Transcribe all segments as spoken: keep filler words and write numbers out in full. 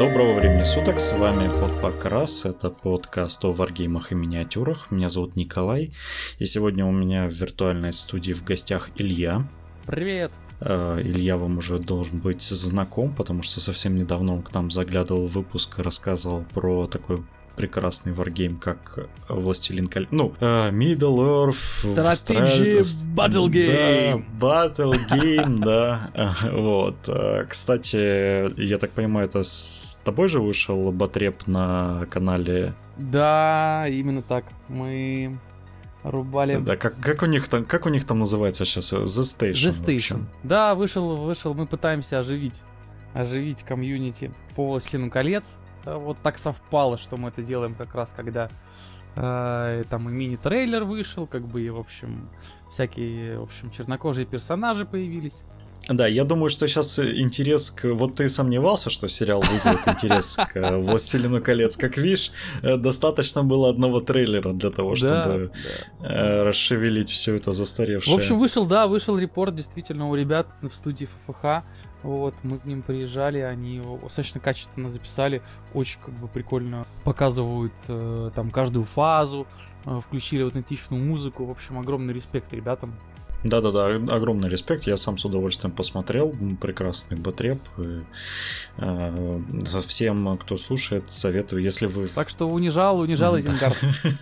Доброго времени суток, с вами Подпокрас, это подкаст о варгеймах и миниатюрах. Меня зовут Николай, и сегодня у меня в виртуальной студии в гостях Илья. Привет! Илья вам уже должен быть знаком, потому что совсем недавно он к нам заглядывал в выпуск и рассказывал про такой прекрасный варгейм, как Властелин колец. Ну, uh, Middle Earth... Strategy Strat... Battle Game! Да, Battle Game, да. Вот. Кстати, я так понимаю, это с тобой же вышел батреп на канале? Да, именно так. Мы рубали... Да, как, как, у них там, как у них там называется сейчас? The Station. The Station. Да, вышел, вышел. Мы пытаемся оживить, оживить комьюнити по Властелину колец. Вот так совпало, что мы это делаем как раз, когда э, там и мини-трейлер вышел, как бы, и, в общем, всякие, в общем, чернокожие персонажи появились. Да, я думаю, что сейчас интерес к... Вот ты сомневался, что сериал вызовет интерес к «Властелину колец», как видишь, достаточно было одного трейлера для того, чтобы да, да. расшевелить все это застаревшее. В общем, вышел, да, вышел репорт действительно у ребят в студии ФФХ. Вот, мы к ним приезжали, они его достаточно качественно записали, очень как бы прикольно показывают э, там каждую фазу, э, включили аутентичную музыку, в общем, огромный респект ребятам. Да-да-да, огромный респект, я сам с удовольствием посмотрел, прекрасный батреп, и, э, всем, кто слушает, советую, если вы... Так что унижал, унижал Изенгард.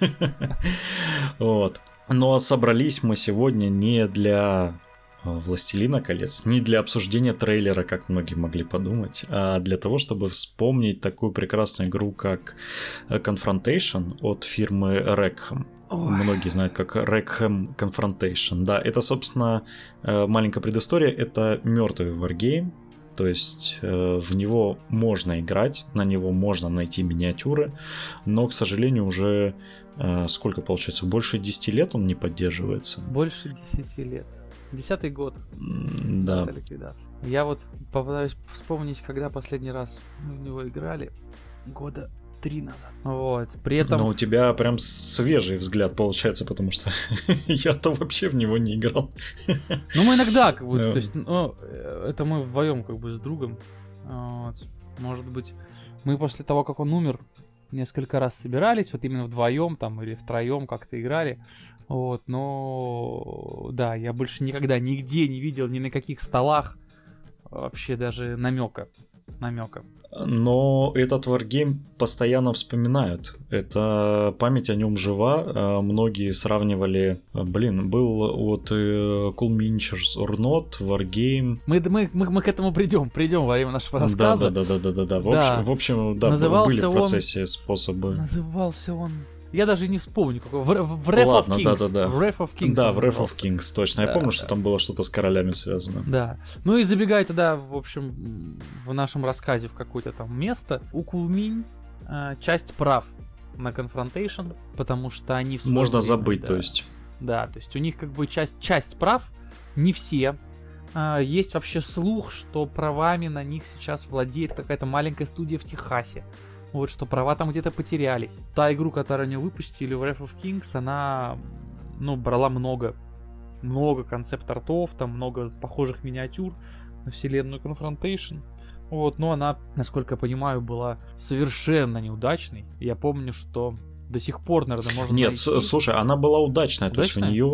Вот, но собрались мы сегодня не для... «Властелина колец», не для обсуждения трейлера, как многие могли подумать, а для того, чтобы вспомнить такую прекрасную игру, как Confrontation от фирмы Rackham. Ой. Многие знают как Rackham Confrontation. Да, это, собственно, маленькая предыстория, это мертвый варгейм, то есть в него можно играть, на него можно найти миниатюры, но, к сожалению, уже сколько получается, больше десяти лет он не поддерживается. Больше десяти лет. Десятый год. Да. Ликвидация. Я вот попытаюсь вспомнить, когда последний раз мы в него играли. Года три назад. Вот. При этом... Но у тебя прям свежий взгляд получается, потому что я-то вообще в него не играл. Ну, мы иногда, как бы, то есть, ну, это мы вдвоем, как бы, с другом. Вот. Может быть, мы после того, как он умер, несколько раз собирались, вот именно вдвоем там или втроем как-то играли. Вот, но да, я больше никогда нигде не видел ни на каких столах вообще даже намека. намека. Но этот варгейм постоянно вспоминают. Это память о нем жива. Многие сравнивали. Блин, был вот Cool Miniatures or Not, варгейм. Мы, мы, мы, мы к этому придем, придем во время нашего рассказа. Да, да, да, да, да, да. В общем, в общем да, назывался были в процессе он... способы. Назывался он. Я даже не вспомню, какой. В, в Wrath Ладно, of Kings. да, да, да. В Wrath of Kings. Да, в Wrath of Kings, точно. Да, я помню, да. что там было что-то с королями связано. Да. Ну и забегая тогда, в общем, в нашем рассказе в какое-то там место, у Кулминь э, часть прав на Confrontation, потому что они... В Можно время, забыть, да, то есть. Да, то есть у них как бы часть, часть прав, не все. Э, есть вообще слух, что правами на них сейчас владеет какая-то маленькая студия в Техасе. Вот, что права там где-то потерялись. Та игру, которую они выпустили в Wrath of Kings, она, ну, брала много, много концепт-артов, там много похожих миниатюр на вселенную Confrontation. Вот, но она, насколько я понимаю, была совершенно неудачной. Я помню, что до сих пор, наверное, можно Нет, найти... слушай, она была удачная, удачная? То есть в нее,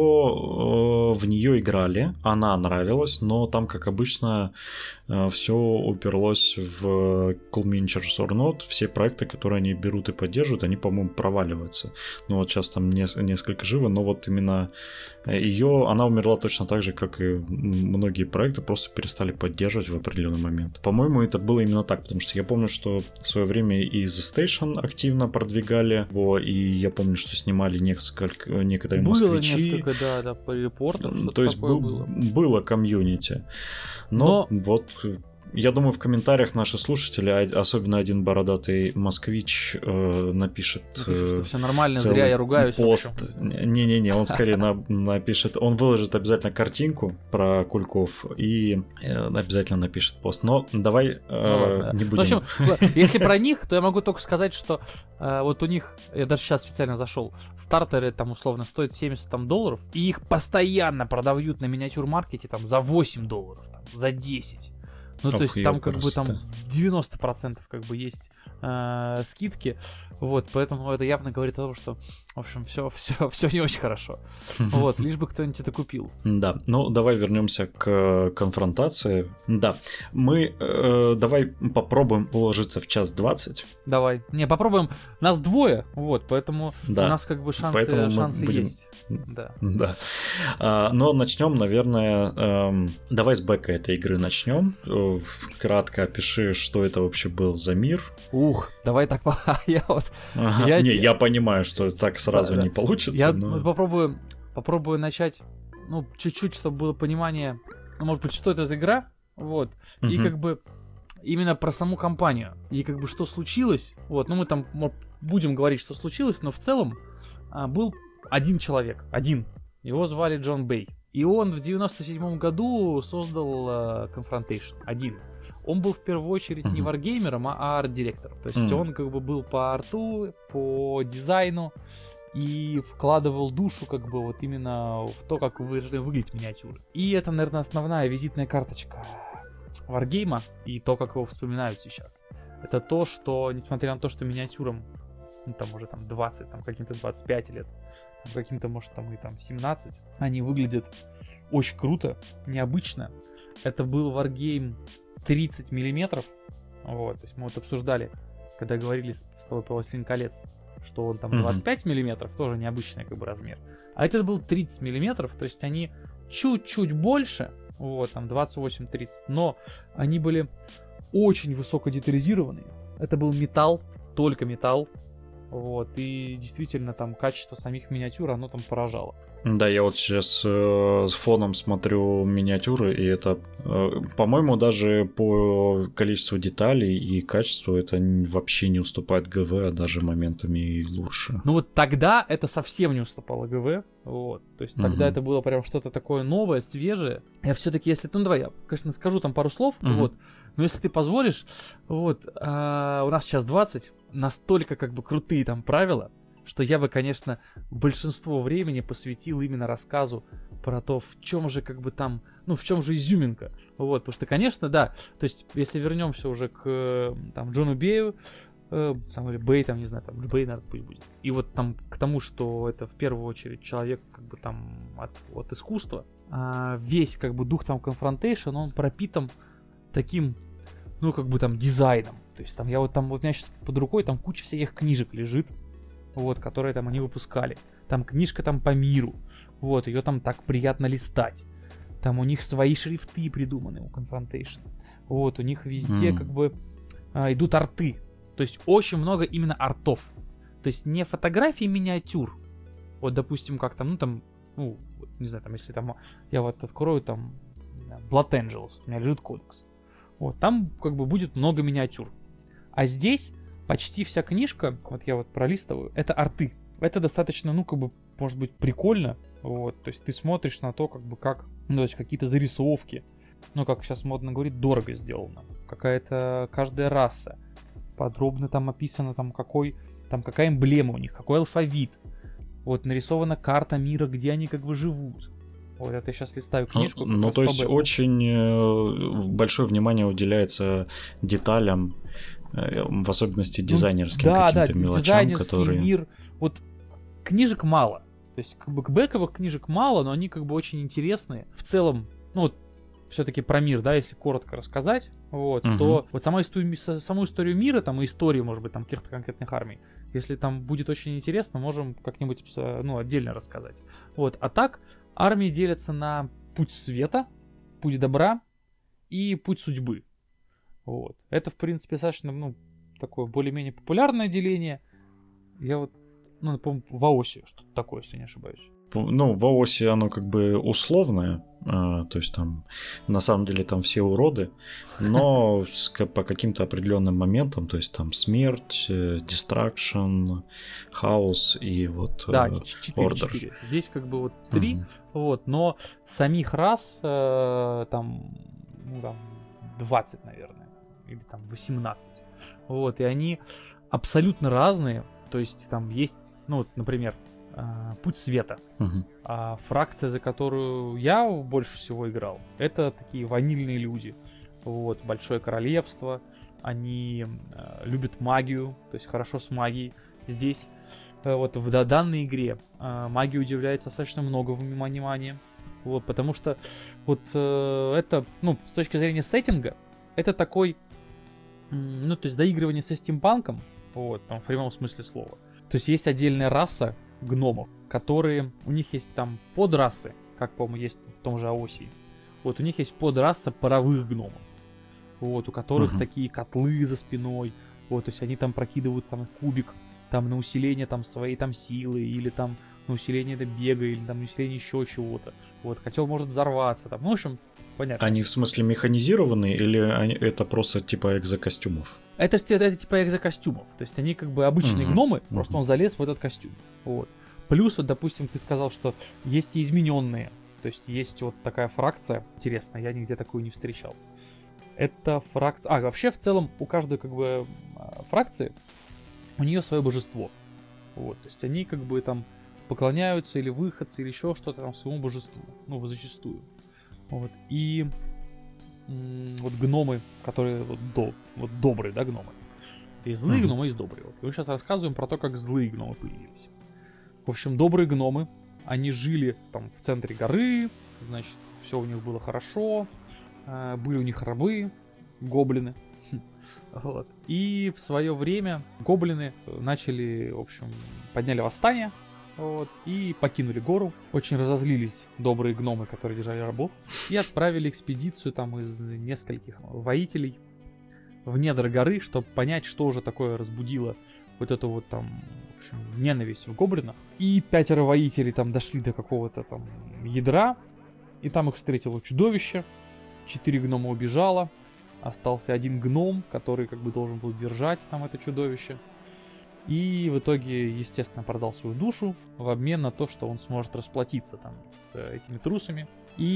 э, в нее играли, она нравилась, но там, как обычно, э, все уперлось в Cool Miniatures or Not. Все проекты, которые они берут и поддерживают, они, по-моему, проваливаются. Ну вот сейчас там не, несколько живо, но вот именно ее, она умерла точно так же, как и многие проекты, просто перестали поддерживать в определенный момент. По-моему, это было именно так, потому что я помню, что в свое время и The Station активно продвигали его, и я помню, что снимали несколько, некоторые было москвичи. Было несколько, да, да, по репортам, то есть был, было. было комьюнити. Но, Но вот... Я думаю, в комментариях наши слушатели, особенно один бородатый москвич, э, напишет... Напишет, что все нормально, зря я ругаюсь. Пост. Не-не-не, он скорее на, напишет... Он выложит обязательно картинку про Кульков и э, обязательно напишет пост. Но давай э, ну, да. не будем... В общем, если про них, то я могу только сказать, что э, вот у них... Я даже сейчас специально зашел. Стартеры там условно стоят семьдесят там, долларов, и их постоянно продают на миниатюр-маркете там за восемь долларов, там, за десять. Ну, Ох, то есть там как красота. бы там девяносто процентов как бы есть э, скидки, вот, поэтому это явно говорит о том, что, в общем, все, все, все не очень хорошо. Вот, лишь бы кто-нибудь это купил. Да, ну давай вернемся к конфронтации. Да, мы э, давай попробуем уложиться в час двадцать. Давай. Не, попробуем. Нас двое, вот, поэтому Да. у нас как бы шансы, Поэтому мы шансы будем- есть. Да. Да. А, но начнем, наверное, эм, давай с бэка этой игры начнем. Э, Кратко опиши, что это вообще был за мир. Ух, давай так, по- я вот, Ага. Я Не, те- я понимаю, что так сразу Да, да. не получится. я но- вот попробую, попробую начать, ну, чуть-чуть, чтобы было понимание, ну, может быть, что это за игра, вот, и Мгм. как бы именно про саму компанию, и как бы что случилось, вот, ну, мы там мо- будем говорить, что случилось, но в целом а, был один человек, один, его звали Джон Бэй, и он в девяносто седьмом году создал а, Confrontation, один. Он был в первую очередь не Мгм. варгеймером, а арт-директором, то есть Мгм. он как бы был по арту, по дизайну, и вкладывал душу как бы вот именно в то, как вы- должны выглядеть миниатюры. И это, наверное, основная визитная карточка Wargame и то, как его вспоминают сейчас. Это то, что, несмотря на то, что миниатюрам, ну, там уже там двадцать, там каким-то двадцать пять лет, там, каким-то, может, там и там семнадцать, они выглядят очень круто, необычно. Это был Wargame тридцать миллиметров, вот, то есть мы вот обсуждали, когда говорили с, с тобой про «Властелин колец», что он там Мгм. двадцать пять миллиметров, тоже необычный как бы размер. А этот был тридцать миллиметров, то есть они чуть-чуть больше, вот, там двадцать восемь тридцать, но они были очень высоко детализированные. Это был металл, только металл, вот, и действительно там качество самих миниатюр, оно там поражало. Да, я вот сейчас э, с фоном смотрю миниатюры, и это, э, по-моему, даже по количеству деталей и качеству это н- вообще не уступает ГВ, а даже моментами и лучше. Ну вот тогда это совсем не уступало ГВ, вот, то есть тогда Мгм. это было прям что-то такое новое, свежее. Я все-таки, если, ну давай, я, конечно, скажу там пару слов, Мгм. вот, но если ты позволишь, вот, а, у нас сейчас двадцать, настолько как бы крутые там правила, что я бы, конечно, большинство времени посвятил именно рассказу про то, в чем же как бы там, ну, в чем же изюминка, вот, потому что, конечно, да, то есть, если вернемся уже к, э, там, Джону Бею, э, там, или Бэй, там, не знаю, там, Бэй, наверное, пусть будет, и вот там к тому, что это в первую очередь человек, как бы там, от, от искусства, а весь, как бы, дух там Confrontation, он пропитан таким, ну, как бы там, дизайном, то есть, там, я вот там, вот у меня сейчас под рукой там куча всяких книжек лежит, вот, которые там они выпускали. Там книжка там по миру. Вот, ее там так приятно листать. Там у них свои шрифты придуманы у Confrontation. Вот, у них везде М. как бы а, идут арты. То есть очень много именно артов. То есть не фотографии миниатюр. Вот, допустим, как там, ну там, ну, вот, не знаю, там, если там, я вот открою там, не знаю, Blood Angels, у меня лежит кодекс. Вот, там как бы будет много миниатюр. А здесь почти вся книжка, вот я вот пролистываю, это арты. Это достаточно, ну, как бы, может быть, прикольно. Вот, то есть ты смотришь на то, как бы, как, ну, то есть какие-то зарисовки. Ну, как сейчас модно говорить, дорого сделано. Какая-то, каждая раса. Подробно там описано, там, какой, там, какая эмблема у них, какой алфавит. Вот, нарисована карта мира, где они, как бы, живут. Вот, это я сейчас листаю книжку. Ну, то есть очень э, большое внимание уделяется деталям, э, в особенности дизайнерским ну, да, каким-то да, мелочам, дизайнерский которые... мир. Вот книжек мало. То есть, как бы, бэковых книжек мало, но они, как бы, очень интересные. В целом, ну, вот, все-таки про мир, да, если коротко рассказать, вот, Мгм. то вот сама историю, саму историю мира, там, и историю, может быть, там, каких-то конкретных армий, если там будет очень интересно, можем как-нибудь, ну, отдельно рассказать. Вот, а так, армии делятся на путь света, путь добра и путь судьбы. Вот. Это, в принципе, достаточно, ну, такое более-менее популярное деление. Я вот, ну, по-моему, в АОСе что-то такое, если не ошибаюсь. Ну, в АОСе оно как бы условное, а, то есть там на самом деле там все уроды, но с- по каким-то определенным моментам, то есть там смерть, дистракшн, хаос и вот Да, э, четыре, ордер. четыре. Здесь как бы вот три, Мгм. вот, но самих рас э, там, ну, там двадцать, наверное, или там восемнадцать. Вот, и они абсолютно разные. То есть там есть, ну, вот, например, э, путь света. Мгм. А фракция, за которую я больше всего играл, это такие ванильные люди. вот, большое королевство, они э, любят магию, то есть хорошо с магией. Здесь э, вот в да, данной игре э, магии уделяется достаточно много внимания, вот, потому что вот э, это, ну, с точки зрения сеттинга, это такой, ну, то есть заигрывание со стимпанком, вот, там, в прямом смысле слова. То есть есть отдельная раса гномов, которые, у них есть там подрасы, как, по-моему, есть в том же Аосии. Вот, у них есть подраса паровых гномов. Вот, у которых uh-huh. такие котлы за спиной. Вот, то есть они там прокидывают там кубик там на усиление там своей там силы, или там на усиление это бега, или там на усиление еще чего-то. Вот, котел может взорваться там. Ну, в общем, понятно. Они в смысле механизированные, или они, это просто типа экзокостюмов? Это, это, это типа экзокостюмов. То есть они как бы обычные uh-huh. гномы, uh-huh. просто он залез в этот костюм. Вот. Плюс, вот, допустим, ты сказал, что есть и измененные. То есть есть вот такая фракция. Интересно, я нигде такую не встречал. Это фракция... А, вообще, в целом, у каждой, как бы, фракции, у нее свое божество. Вот, то есть они, как бы, там, поклоняются, или выходцы, или еще что-то там своему божеству. Ну, зачастую. Вот, и... М- вот гномы, которые, вот, до, вот добрые, да, гномы. Есть злые mm-hmm. гномы, есть добрые. Вот. И мы сейчас рассказываем про то, как злые гномы появились. В общем, добрые гномы, они жили там в центре горы, значит, все у них было хорошо, э, были у них рабы, гоблины. Вот. И в свое время гоблины начали, в общем, подняли восстание, вот, и покинули гору. Очень разозлились добрые гномы, которые держали рабов, и отправили экспедицию там из нескольких воителей в недра горы, чтобы понять, что же такое разбудило вот эту вот там, в общем, ненависть в гоблинах. И пятеро воителей там дошли до какого-то там ядра, и там их встретило чудовище. Четыре гнома убежало. Остался один гном, который как бы должен был держать там это чудовище. И в итоге, естественно, продал свою душу в обмен на то, что он сможет расплатиться там с этими трусами.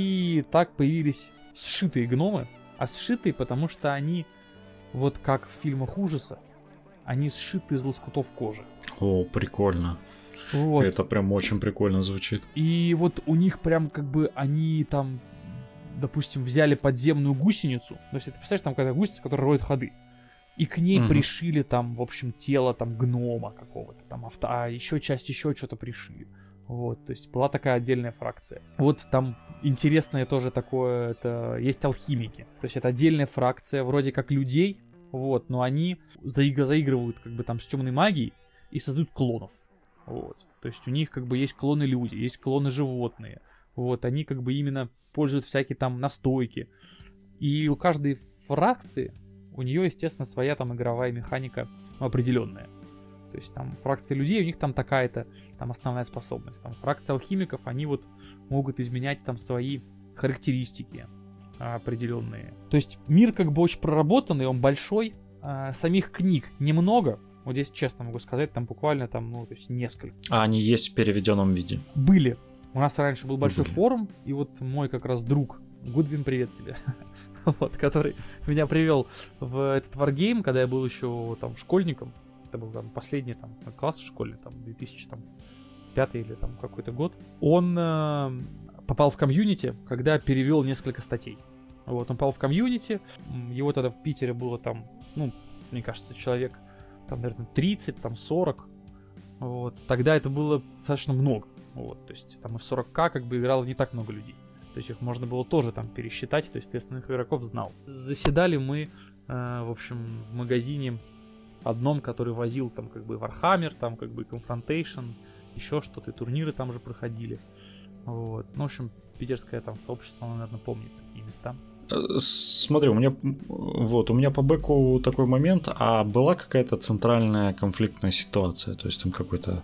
И так появились сшитые гномы. А сшитые, потому что они, вот как в фильмах ужаса, они сшиты из лоскутов кожи. О, прикольно. Вот. Это прям очень прикольно звучит. И вот у них прям как бы они там, допустим, взяли подземную гусеницу. То есть ты представляешь, там какая-то гусеница, которая роет ходы. И к ней угу. пришили там, в общем, тело там гнома какого-то. Там авто, а еще часть еще что-то пришили. Вот, то есть была такая отдельная фракция. Вот там интересное тоже такое, это есть алхимики. То есть это отдельная фракция, вроде как людей. Вот, но они заиг- заигрывают как бы там с темной магией и создают клонов. Вот. То есть у них как бы есть клоны люди, есть клоны животные. Вот, они как бы именно пользуют всякие там настойки. И у каждой фракции, у нее, естественно, своя там игровая механика определенная. То есть там фракция людей, у них там такая-то там основная способность. Там фракция алхимиков, они вот могут изменять там свои характеристики определенные. То есть мир как бы очень проработанный, он большой. А, самих книг немного. Вот здесь честно могу сказать, там буквально там, ну, то есть несколько. А они есть в переведенном виде? Были. У нас раньше был большой Были. форум, и вот мой как раз друг, Гудвин, привет тебе, вот, который меня привел в этот варгейм, когда я был еще там школьником. Это был там последний там класс школьный, там две тысячи пятый или там какой-то год. Он э, попал в комьюнити, когда перевел несколько статей. Вот, он попал в комьюнити, его тогда в Питере было там, ну, мне кажется, человек, там, наверное, тридцать, там, сорок. Вот, тогда это было достаточно много. Вот, то есть там и в сорок ка как бы играло не так много людей. То есть их можно было тоже там пересчитать, то есть ты основных игроков знал. Заседали мы, э, в общем, в магазине одном, который возил там как бы Warhammer, там как бы Confrontation, еще что-то, и турниры там же проходили. Вот. Ну, в общем, питерское там сообщество, оно, наверное, помнит такие места. Смотри, у меня вот у меня по бэку такой момент, а была какая-то центральная конфликтная ситуация, то есть там какой-то,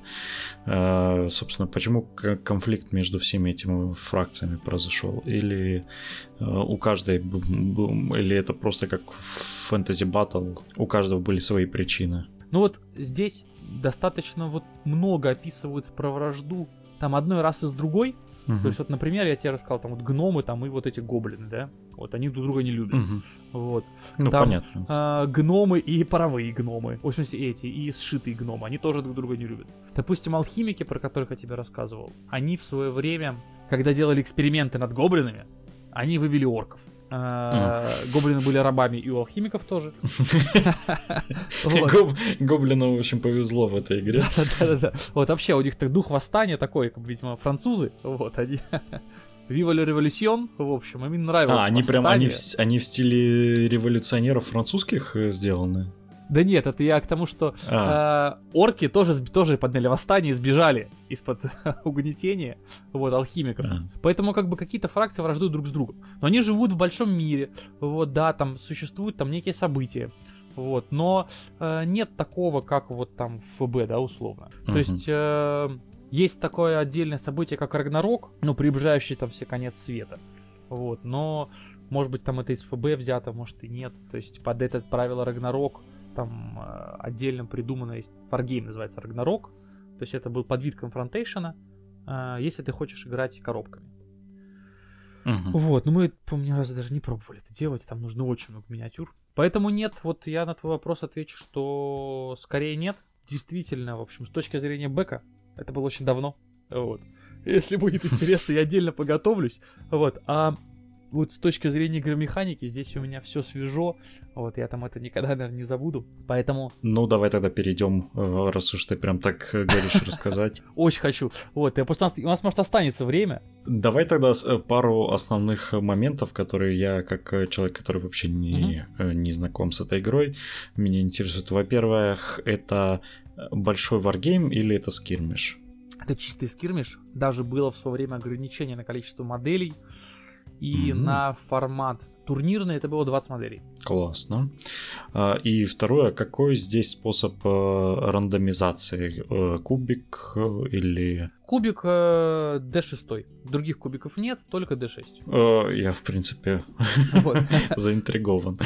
э, собственно, почему конфликт между всеми этими фракциями произошел, или э, у каждой, или это просто как в фэнтези баттл, у каждого были свои причины. Ну вот здесь достаточно вот много описывают про вражду там одной расы с другой. Uh-huh. То есть вот, например, я тебе рассказал, там вот гномы, там и вот эти гоблины, да, вот они друг друга не любят, uh-huh. вот. Ну, там, понятно. А, гномы и паровые гномы, в смысле эти, и сшитые гномы, они тоже друг друга не любят. Допустим, алхимики, про которых я тебе рассказывал, они в свое время, когда делали эксперименты над гоблинами, они вывели орков. Гоблины были рабами и у алхимиков тоже. Гоблину, в общем, повезло в этой игре. Да-да-да. Вот вообще у них дух восстания такой, как, видимо, французы. Вот они... Viva la Revolution, в общем, им нравилось. А, они прям, они в, они в стиле революционеров французских сделаны? Да нет, это я к тому, что а. э, орки тоже, тоже подняли восстание и сбежали из-под угнетения, вот, алхимиков. А. Поэтому как бы какие-то фракции враждуют друг с другом. Но они живут в большом мире, вот, да, там существуют там некие события, вот, но э, нет такого, как вот там в ФБ, да, условно. Uh-huh. То есть... Э, Есть такое отдельное событие, как Рагнарок, ну, приближающий там все конец света. Вот, но, может быть, там это из ФБ взято, может и нет. То есть под это правило Рагнарок там э, отдельно придумано, есть Wargame называется Рагнарок. То есть это был подвид Confrontation, э, если ты хочешь играть коробками. Uh-huh. Вот, но мы, помню, раз даже не пробовали это делать, там нужно очень много миниатюр. Поэтому нет, вот я на твой вопрос отвечу, что скорее нет. Действительно, в общем, с точки зрения бэка, это было очень давно, вот. Если будет интересно, я отдельно поготовлюсь, вот. А вот с точки зрения игромеханики, здесь у меня все свежо, вот, я там это никогда, наверное, не забуду, поэтому... Ну, давай тогда перейдем, раз уж ты прям так говоришь, рассказать. Очень хочу, вот, я просто... У нас, может, останется время. Давай тогда пару основных моментов, которые я, как человек, который вообще не, не знаком с этой игрой, меня интересует. Во-первых, это... большой варгейм или это скирмиш? Это чистый скирмиш. Даже было в свое время ограничение на количество моделей. И mm-hmm. на формат турнирный это было двадцать моделей. Классно. И второе, какой здесь способ рандомизации? Кубик или... Кубик ди шесть. Других кубиков нет, только ди шесть. Я, в принципе, заинтригован.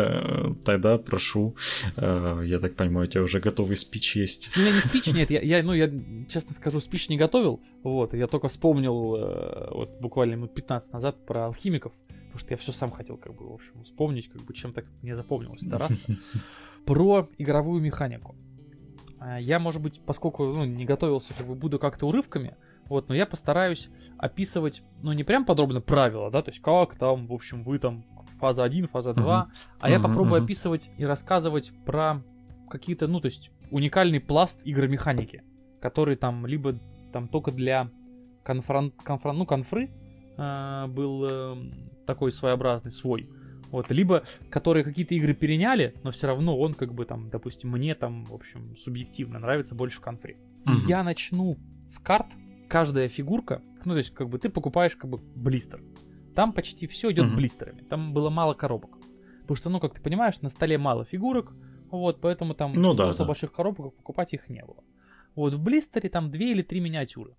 Тогда прошу. Я так понимаю, у тебя уже готовый спич есть. У меня не спич, нет. Я, ну, я честно скажу, спич не готовил. Вот, я только вспомнил вот буквально минут пятнадцать назад про алхимиков. Потому что я все сам хотел, как бы, в общем, вспомнить, как бы, чем так мне запомнилось это раз. Про игровую механику. Я, может быть, поскольку ну, не готовился, как бы буду как-то урывками, вот, но я постараюсь описывать, ну, не прям подробно правила, да, то есть как там, в общем, вы там фаза один, фаза два, uh-huh. а я uh-huh, попробую uh-huh. описывать и рассказывать про какие-то, ну, то есть уникальный пласт игромеханики, который там либо там только для конфрон, конфрон, ну, конфры э, был э, такой своеобразный, свой. Вот, либо которые какие-то игры переняли, но все равно он как бы там, допустим, мне там, в общем, субъективно нравится больше в конфре. Uh-huh. И я начну с карт. Каждая фигурка, ну то есть как бы ты покупаешь как бы блистер. Там почти все идет uh-huh. блистерами. Там было мало коробок. Потому что, ну как ты понимаешь, на столе мало фигурок, вот, поэтому там ну, смысла да, да. больших коробок покупать их не было. Вот, в блистере там две или три миниатюры.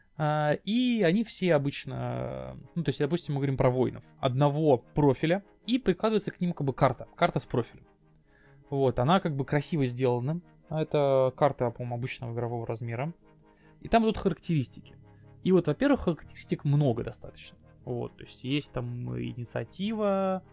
А, и они все обычно, ну то есть, допустим, мы говорим про воинов. Одного профиля. И прикладывается к ним как бы карта. Карта с профилем. Вот, она как бы красиво сделана. Это карта, по-моему, обычного игрового размера. И там идут характеристики. И вот, во-первых, характеристик много достаточно. Вот, то есть есть там инициатива,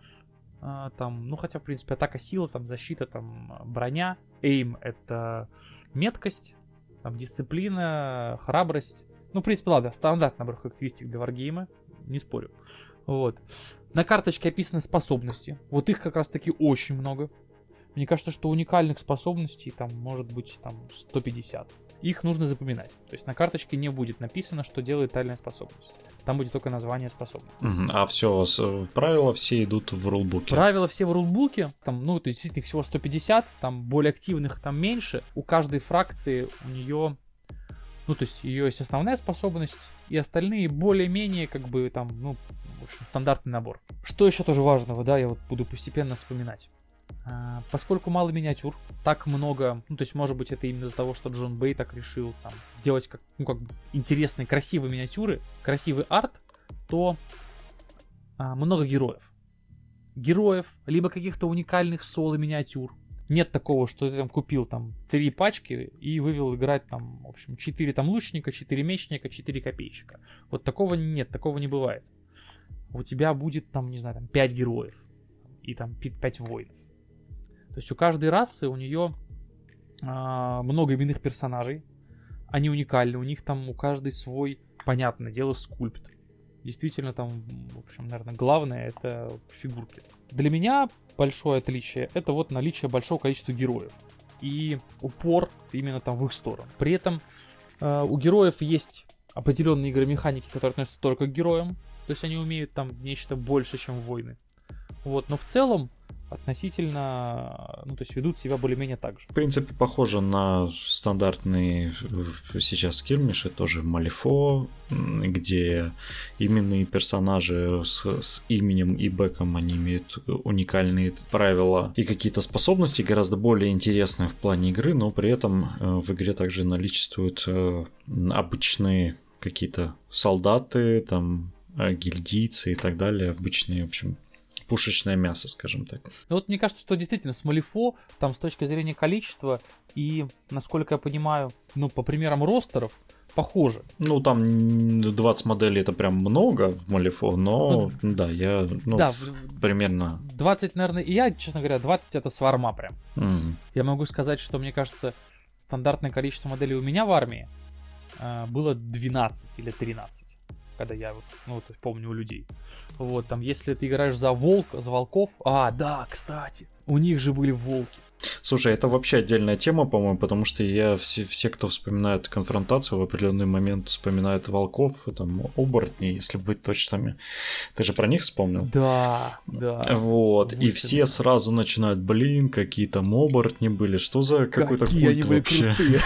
там, ну хотя, в принципе, атака, сила, там защита, там броня. Эйм — это меткость, там дисциплина, храбрость. Ну, в принципе, ладно, стандартный набор характеристик для варгейма, не спорю. Вот. На карточке описаны способности. Вот их как раз таки очень много. Мне кажется, что уникальных способностей там может быть там сто пятьдесят. Их нужно запоминать. То есть на карточке не будет написано, что делает тайная способность. Там будет только название способности. А все, правила все идут в рулбуке? Правила все в рулбуке. Там, ну, то есть их всего сто пятьдесят. Там более активных там меньше. У каждой фракции у нее... Ну, то есть ее есть основная способность, и остальные более-менее, как бы, там, ну, в общем, стандартный набор. Что еще тоже важного, да, я вот буду постепенно вспоминать. А, поскольку мало миниатюр, так много, ну, то есть, может быть, это именно из-за того, что Джон Бэй так решил, там, сделать, как, ну, как бы, интересные, красивые миниатюры, красивый арт, то а, много героев. Героев, либо каких-то уникальных соло-миниатюр. Нет такого, что ты там купил там три пачки и вывел играть там, в общем, четыре там лучника, четыре мечника, четыре копейщика. Вот такого нет, такого не бывает. У тебя будет там, не знаю, там пять героев и там пять воинов. То есть у каждой расы у нее а, много именных персонажей. Они уникальны, у них там у каждой свой, понятное дело, скульпт. действительно там, в общем, наверное, главное это фигурки. Для меня большое отличие это вот наличие большого количества героев и упор именно там в их сторону. При этом э, у героев есть определенные игромеханики, которые относятся только к героям, то есть они умеют там нечто больше, чем воины. Вот, но в целом относительно, ну, то есть ведут себя более-менее так же. В принципе, похоже на стандартные сейчас скирмиши, тоже Малифо, где именные персонажи с, с именем и бэком, они имеют уникальные правила и какие-то способности гораздо более интересные в плане игры, но при этом в игре также наличествуют обычные какие-то солдаты, там, гильдийцы и так далее, обычные, в общем, пушечное мясо, скажем так. Ну вот мне кажется, что действительно с Малифо, там с точки зрения количества и, насколько я понимаю, ну по примерам ростеров, похоже. Ну там двадцать моделей это прям много в Малифо, но ну, да, я ну, да, в, примерно... двадцать, наверное, и я, честно говоря, двадцать это сварма прям. Mm. Я могу сказать, что мне кажется, стандартное количество моделей у меня в армии э, было двенадцать или тринадцать. Когда я вот, ну, вот, помню у людей. Вот, там, если ты играешь за волк, за волков... А, да, кстати, у них же были волки. Слушай, это вообще отдельная тема, по-моему, потому что я все, все, кто вспоминает конфронтацию, в определенный момент вспоминают волков, там, оборотней, если быть точными. Ты же про них вспомнил? Да, да. Вот, Вульфины. И все сразу начинают, блин, какие там оборотни были, что за какой-то Какие культ они были вообще? Крутые.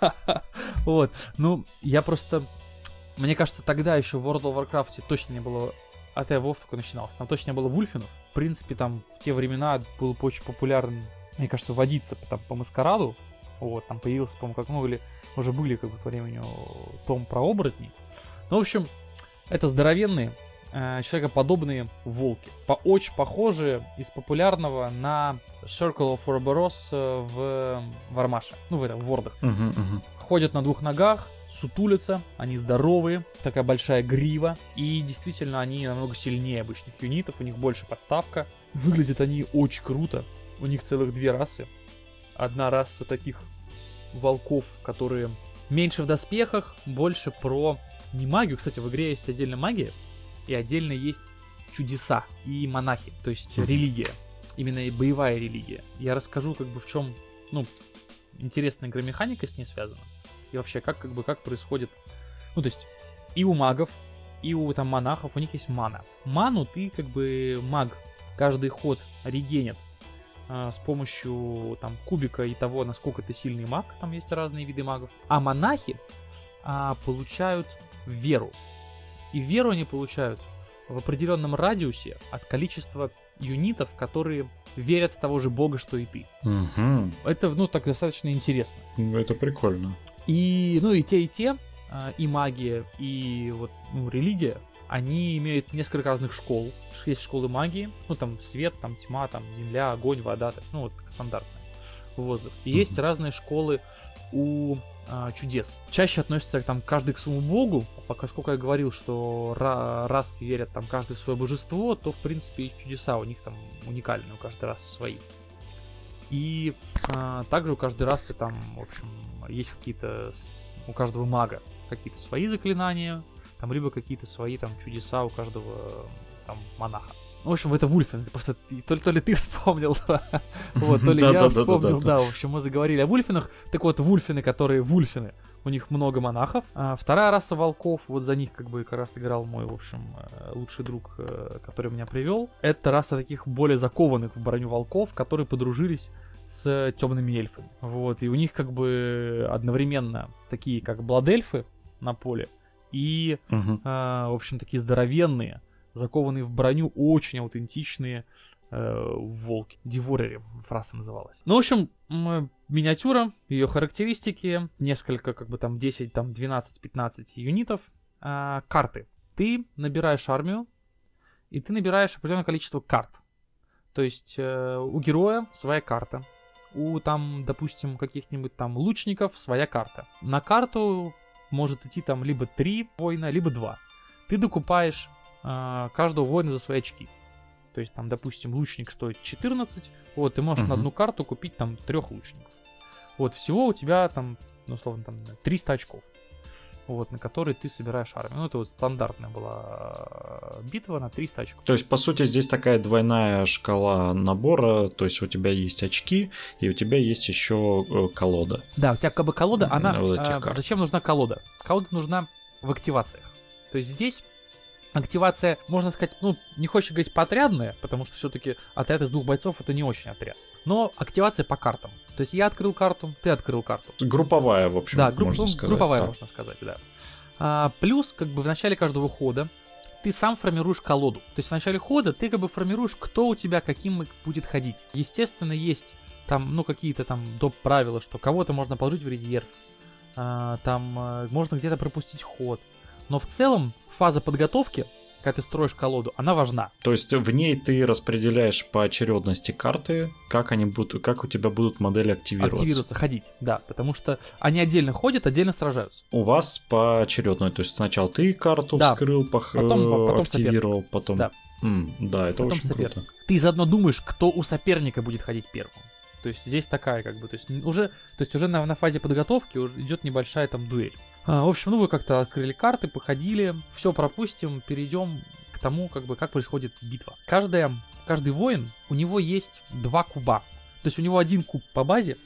Вот, ну, я просто... Мне кажется, тогда еще в World of Warcraft точно не было, а ты WoW только начинался, там точно не было вульфинов. В принципе, там в те времена был очень популярен, мне кажется, водиться там, по маскараду. Вот, там появился, по-моему, как, ну, или уже были как бы в то время том про оборотней. Ну, в общем, это здоровенные, э, человекоподобные волки. По очень похожие из популярного на Circle of Ouroboros в Вармаше. Ну, в этом, в Вордах. Uh-huh, uh-huh. Ходят на двух ногах, сутулятся, они здоровые, такая большая грива, и действительно они намного сильнее обычных юнитов, у них больше подставка. Выглядят они очень круто, у них целых две расы. Одна раса таких волков, которые меньше в доспехах, больше про не магию. Кстати, в игре есть отдельно магия, и отдельно есть чудеса и монахи, то есть религия, именно и боевая религия. Я расскажу, как бы в чем, ну, интересная игромеханика с ней связана. И вообще, как, как бы, как происходит... Ну, то есть, и у магов, и у там монахов у них есть мана. Ману ты, как бы, маг каждый ход регенит э, с помощью, там, кубика и того, насколько ты сильный маг. Там есть разные виды магов. А монахи э, получают веру. И веру они получают в определенном радиусе от количества юнитов, которые верят в того же бога, что и ты. Угу. Это, ну, так достаточно интересно. Это прикольно. И, ну, и те, и те, и магия, и вот, ну, религия, они имеют несколько разных школ. Есть школы магии, ну, там, свет, там, тьма, там, земля, огонь, вода, то есть, ну, вот, стандартный воздух. И mm-hmm. есть разные школы у а, чудес. Чаще относятся, там, каждый к своему богу, пока, сколько я говорил, что ра- раз верят, там, каждый в свое божество, то, в принципе, и чудеса у них, там, уникальные, у каждой расы свои. И а, также у каждой расы там, в общем, есть какие-то, у каждого мага какие-то свои заклинания, там, либо какие-то свои там чудеса у каждого там монаха. В общем, это вульфин, это просто то ли, то ли ты вспомнил, вот, то ли я вспомнил, да, в общем, мы заговорили о вульфинах. Так вот, вульфины, которые вульфины, у них много монахов. А вторая раса волков, вот за них как бы как раз играл мой, в общем, лучший друг, который меня привел. Это раса таких более закованных в броню волков, которые подружились с темными эльфами. Вот, и у них как бы одновременно такие, как бладельфы на поле, и, угу. а, в общем, такие здоровенные, закованные в броню, очень аутентичные э, волки. Диворери фраза называлась. Ну, в общем, м- миниатюра, ее характеристики, несколько, как бы там десять, там двенадцать, пятнадцать юнитов, э, карты. Ты набираешь армию, и ты набираешь определенное количество карт. То есть э, у героя своя карта, у там, допустим, каких-нибудь там лучников своя карта. На карту может идти там либо три воина, либо два. Ты докупаешь каждого воина за свои очки. То есть там, допустим, лучник стоит четырнадцать, вот, ты можешь uh-huh. на одну карту купить там трех лучников. Вот, всего у тебя там, ну, условно, там триста очков. вот, на которой ты собираешь армию. Ну, это вот стандартная была битва на триста очков. То есть, по сути, здесь такая двойная шкала набора, то есть у тебя есть очки, и у тебя есть еще колода. Да, у тебя как бы колода, она... Вот а, зачем нужна колода? Колода нужна в активациях. То есть здесь активация, можно сказать, ну, не хочешь говорить поотрядная, потому что все-таки отряд из двух бойцов это не очень отряд. Но активация по картам. То есть я открыл карту, ты открыл карту. Групповая, в общем, да, групп, можно сказать. Групповая, да. можно сказать, да. А, плюс, как бы в начале каждого хода ты сам формируешь колоду. То есть в начале хода ты как бы формируешь, кто у тебя каким будет ходить. Естественно, есть там, ну, какие-то там доп. Правила, что кого-то можно положить в резерв, а, там а, можно где-то пропустить ход. Но в целом фаза подготовки, когда ты строишь колоду, она важна. То есть в ней ты распределяешь по очередности карты, как они будут, как у тебя будут модели активироваться. Активироваться, ходить, да, потому что они отдельно ходят, отдельно сражаются. У вас поочередно, то есть сначала ты карту да. вскрыл, пох... потом, потом активировал, соперник. потом... Да, М, да это потом очень соперник. круто. Ты заодно думаешь, кто у соперника будет ходить первым. То есть здесь такая как бы, то есть уже, то есть уже на, на фазе подготовки уже идет небольшая там дуэль. А, в общем, ну вы как-то открыли карты, походили, все пропустим, перейдем к тому, как бы, как происходит битва. Каждая, каждый воин, у него есть два куба. То есть у него один куб по базе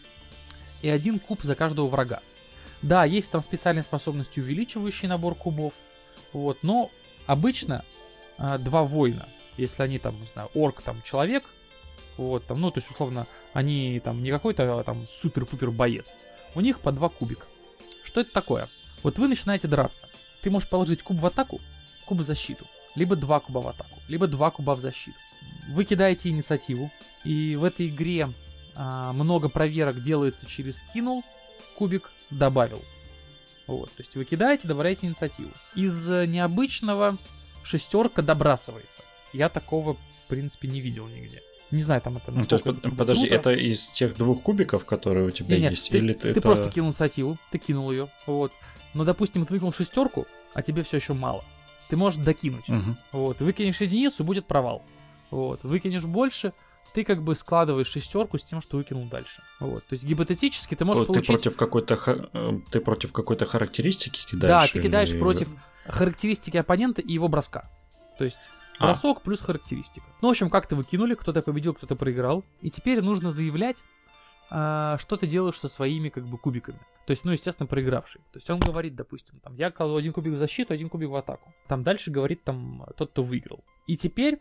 и один куб за каждого врага. Да, есть там специальные способности, увеличивающие набор кубов, вот, но обычно а, два воина, если они там, не знаю, орк, там, человек, вот, там, ну, то есть, условно, они там не какой-то там супер-пупер боец, у них по два кубика. Что это такое? Вот вы начинаете драться. Ты можешь положить куб в атаку, куб в защиту. Либо два куба в атаку, либо два куба в защиту. Вы кидаете инициативу, и в этой игре а, много проверок делается через кинул кубик, добавил. Вот, то есть вы кидаете, добавляете инициативу. Из необычного шестерка добрасывается. Я такого, в принципе, не видел нигде. Не знаю, там это... Ну, то есть, это подожди, круто. Это из тех двух кубиков, которые у тебя не, не, есть? Ты, Или ты это... просто кинул инициативу, ты кинул ее, вот. Но, допустим, ты выкинул шестерку, а тебе все еще мало. Ты можешь докинуть. Угу. Вот. Выкинешь единицу, будет провал. Вот. Выкинешь больше, ты как бы складываешь шестерку с тем, что выкинул дальше. Вот. То есть гипотетически ты можешь вот, получить... Ты против какой-то, ты против какой-то характеристики кидаешь? Да, ты или... кидаешь против характеристики оппонента и его броска. То есть... Бросок а. плюс характеристика. Ну, в общем, как-то выкинули, кто-то победил, кто-то проиграл. И теперь нужно заявлять, а, что ты делаешь со своими, как бы, кубиками. То есть, ну, естественно, проигравший. То есть он говорит, допустим, там, я кладу один кубик в защиту, один кубик в атаку. Там дальше говорит, там, тот, кто выиграл. И теперь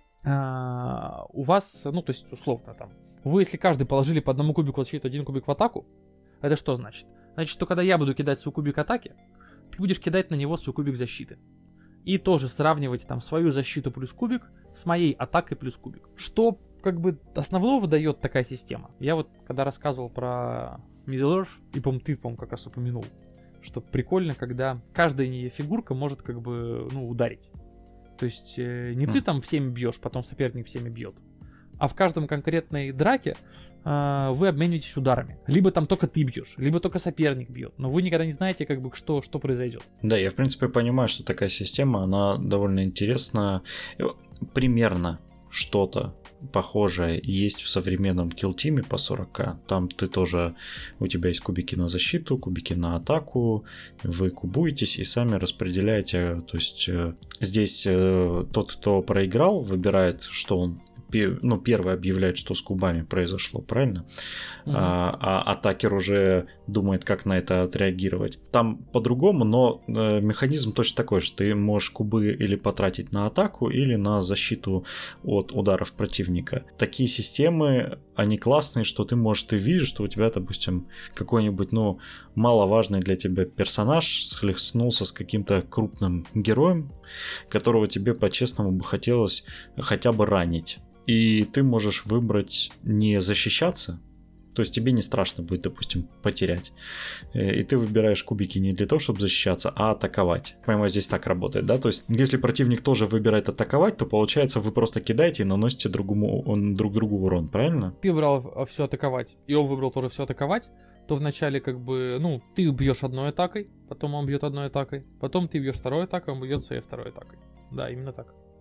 а, у вас, ну, то есть, условно, там, вы, если каждый положили по одному кубику в защиту, один кубик в атаку, это что значит? Значит, что когда я буду кидать свой кубик атаки, ты будешь кидать на него свой кубик защиты. И тоже сравнивать там свою защиту плюс кубик с моей атакой плюс кубик. Что как бы основного дает такая система. Я вот когда рассказывал про Middle-earth, и, по-моему, ты, по-моему, как раз упомянул, что прикольно, когда каждая фигурка может как бы, ну, ударить. То есть э, не mm. ты там всеми бьешь, потом соперник всеми бьет, а в каждом конкретной драке э, вы обмениваетесь ударами. Либо там только ты бьешь, либо только соперник бьет. Но вы никогда не знаете, как бы, что, что произойдет. Да, я в принципе понимаю, что такая система, она довольно интересна. Примерно что-то похожее есть в современном килл-тиме по сорок ка. Там ты тоже, у тебя есть кубики на защиту, кубики на атаку, вы кубуетесь и сами распределяете. То есть здесь тот, кто проиграл, выбирает, что он, ну, первый объявляет, что с кубами произошло, правильно? Mm-hmm. А, а атакер уже думает, как на это отреагировать. Там по-другому, но э, механизм точно такой, что ты можешь кубы или потратить на атаку, или на защиту от ударов противника. Такие системы, они классные, что ты можешь, ты видишь, что у тебя, допустим, какой-нибудь, ну, маловажный для тебя персонаж схлестнулся с каким-то крупным героем, которого тебе по-честному бы хотелось хотя бы ранить. И ты можешь выбрать не защищаться, то есть тебе не страшно будет, допустим, потерять. И ты выбираешь кубики не для того, чтобы защищаться, а атаковать. По-моему, здесь так работает, да? То есть если противник тоже выбирает атаковать, то получается вы просто кидаете и наносите другому, он, друг другу урон, правильно? Ты выбрал все атаковать, и он выбрал тоже все атаковать, то вначале как бы, ну, ты бьешь одной атакой, потом он бьет одной атакой, потом ты бьешь второй атакой, он бьет своей второй атакой. Да, именно так.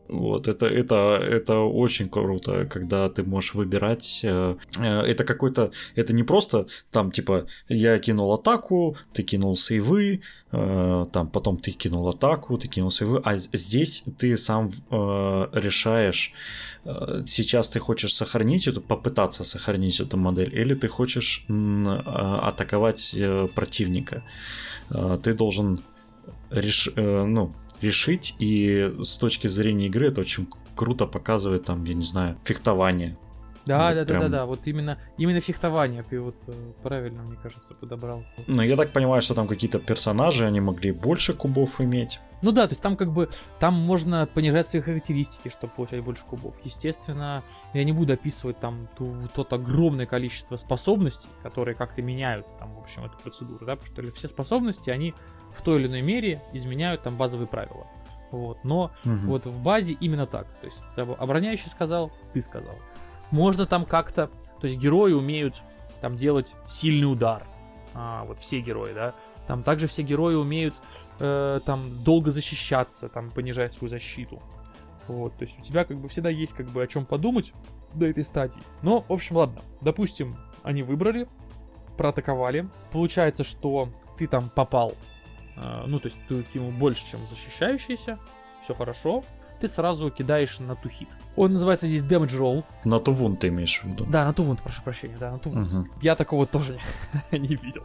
Вот, это, это, это очень круто, когда ты можешь выбирать. Это какой-то. Это не просто там, типа, я кинул атаку, ты кинул сейвы, там, потом ты кинул атаку, ты кинул сейвы, а здесь ты сам решаешь, сейчас ты хочешь сохранить эту, попытаться сохранить эту модель, или ты хочешь атаковать противника. Ты должен реш... ну, решить, и с точки зрения игры это очень круто показывает, там, я не знаю, фехтование. Да, да, прям... да, да, да, вот именно, именно фехтование ты вот правильно, мне кажется, подобрал. Ну, я так понимаю, что там какие-то персонажи, они могли больше кубов иметь. Ну да, то есть там как бы, там можно понижать свои характеристики, чтобы получать больше кубов. Естественно, я не буду описывать там ту, тот огромное количество способностей, которые как-то меняют там, в общем, эту процедуру, да, потому что все способности, они в той или иной мере изменяют там базовые правила. Вот, но угу. вот в базе именно так. То есть обороняющий сказал, ты сказал. Можно там как-то, то есть герои умеют там делать сильный удар. А, вот все герои, да. Там также все герои умеют э, там долго защищаться, там понижать свою защиту. Вот, то есть у тебя как бы всегда есть как бы о чем подумать до этой стадии. Но, в общем, ладно. Допустим, они выбрали, проатаковали. Получается, что ты там попал, э, ну, то есть ты кинул больше, чем защищающийся. Все хорошо. Ты сразу кидаешь на ту-хит. Он называется здесь damage roll. На ту-вунт ты имеешь в виду? Да, на ту-вунт, прошу прощения, да, на ту-вунт. Угу. Я такого тоже не видел.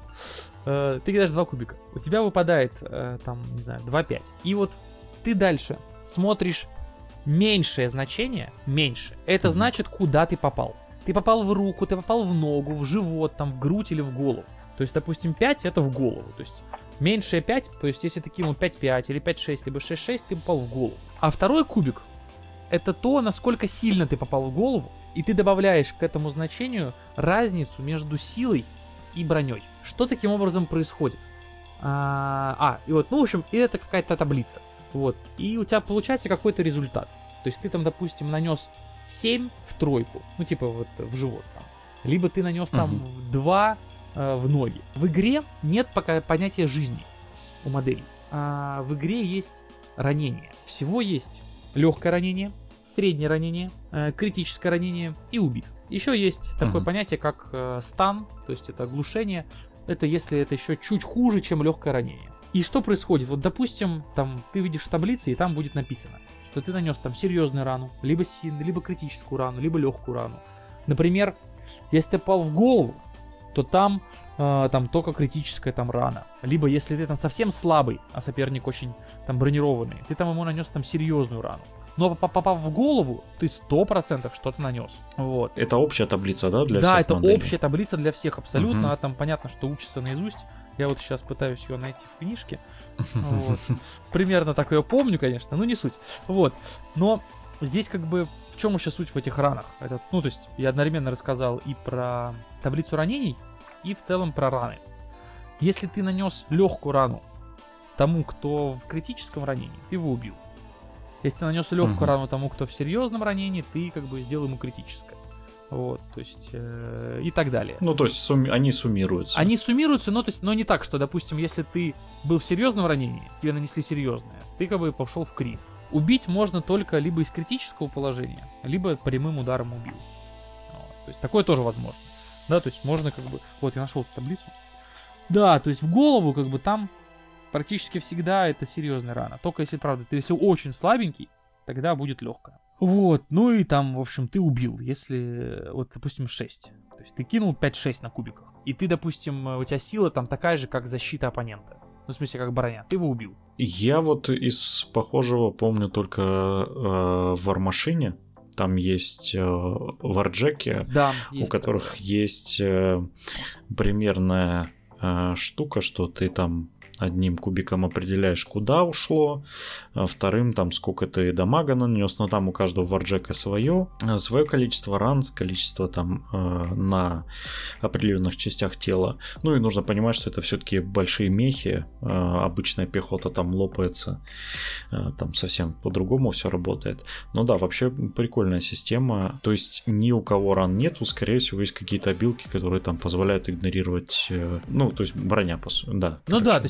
Ты кидаешь два кубика. У тебя выпадает, там, не знаю, два пять. И вот ты дальше смотришь меньшее значение, меньше. Это угу. значит, куда ты попал. Ты попал в руку, ты попал в ногу, в живот, там, в грудь или в голову. То есть, допустим, пять это в голову. То есть меньшее пять, то есть если ты кинул пять пять или пять шесть, либо шесть шесть, ты попал в голову. А второй кубик это то, насколько сильно ты попал в голову, и ты добавляешь к этому значению разницу между силой и броней. Что таким образом происходит? А, а и вот, ну, в общем, и это какая-то таблица. Вот, и у тебя получается какой-то результат. То есть ты там, допустим, нанес семь в тройку, ну, типа вот в живот там. Либо ты нанес там uh-huh. два э, в ноги. В игре нет пока понятия жизни у моделей. А в игре есть ранение. Всего есть легкое ранение, среднее ранение, э, критическое ранение и убит. Еще есть такое uh-huh. понятие, как э, стан, то есть это оглушение. Это если это еще чуть хуже, чем легкое ранение. И что происходит? Вот, допустим, там ты видишь в таблице, и там будет написано, что ты нанес там серьезную рану, либо сильную, либо критическую рану, либо легкую рану. Например, если ты попал в голову, то там, э, там только критическая там рана. Либо если ты там совсем слабый, а соперник очень там бронированный, ты там ему нанес там серьезную рану. Но попав в голову, ты сто процентов что-то нанес. Вот. Это общая таблица, да, для да, всех это моделей? общая таблица для всех абсолютно. Угу. А там понятно, что учится наизусть. Я вот сейчас пытаюсь ее найти в книжке. Вот. Примерно так ее помню, конечно, но не суть. Вот. Но здесь как бы в чем еще суть в этих ранах? Это, ну, то есть я одновременно рассказал и про таблицу ранений, и в целом про раны. Если ты нанес легкую рану тому, кто в критическом ранении, ты его убил. Если ты нанес легкую uh-huh. рану тому, кто в серьезном ранении, ты как бы сделал ему критическое. Вот, то есть, э, и так далее. Ну, то есть, сумми- они суммируются. Они суммируются, но, то есть, но не так, что, допустим, если ты был в серьезном ранении, тебе нанесли серьезное, ты как бы пошел в крит. Убить можно только либо из критического положения, либо прямым ударом убил. Вот, то есть, такое тоже возможно. Да, то есть, можно как бы... Вот, я нашел таблицу. Да, то есть, в голову как бы там практически всегда это серьезная рана. Только если, правда, ты если очень слабенький, тогда будет легкая. Вот, ну и там, в общем, ты убил, если, вот, допустим, шесть. То есть ты кинул пять шесть на кубиках. И ты, допустим, у тебя сила там такая же, как защита оппонента. Ну, в смысле, как броня. Ты его убил. Я вот из похожего помню только э, в Вармашине. Там есть э, варджеки, да, у которых такое. Есть э, примерная э, штука, что ты там одним кубиком определяешь, куда ушло, а вторым там сколько ты дамага нанес, но там у каждого варджека свое, свое количество ран, количество там э, на определенных частях тела. Ну и нужно понимать, что это все-таки большие мехи, э, обычная пехота там лопается, э, там совсем по-другому все работает. Но да, вообще прикольная система, то есть ни у кого ран нету, скорее всего есть какие-то обилки, которые там позволяют игнорировать, э, ну то есть броня, да. Ну короче. да, то есть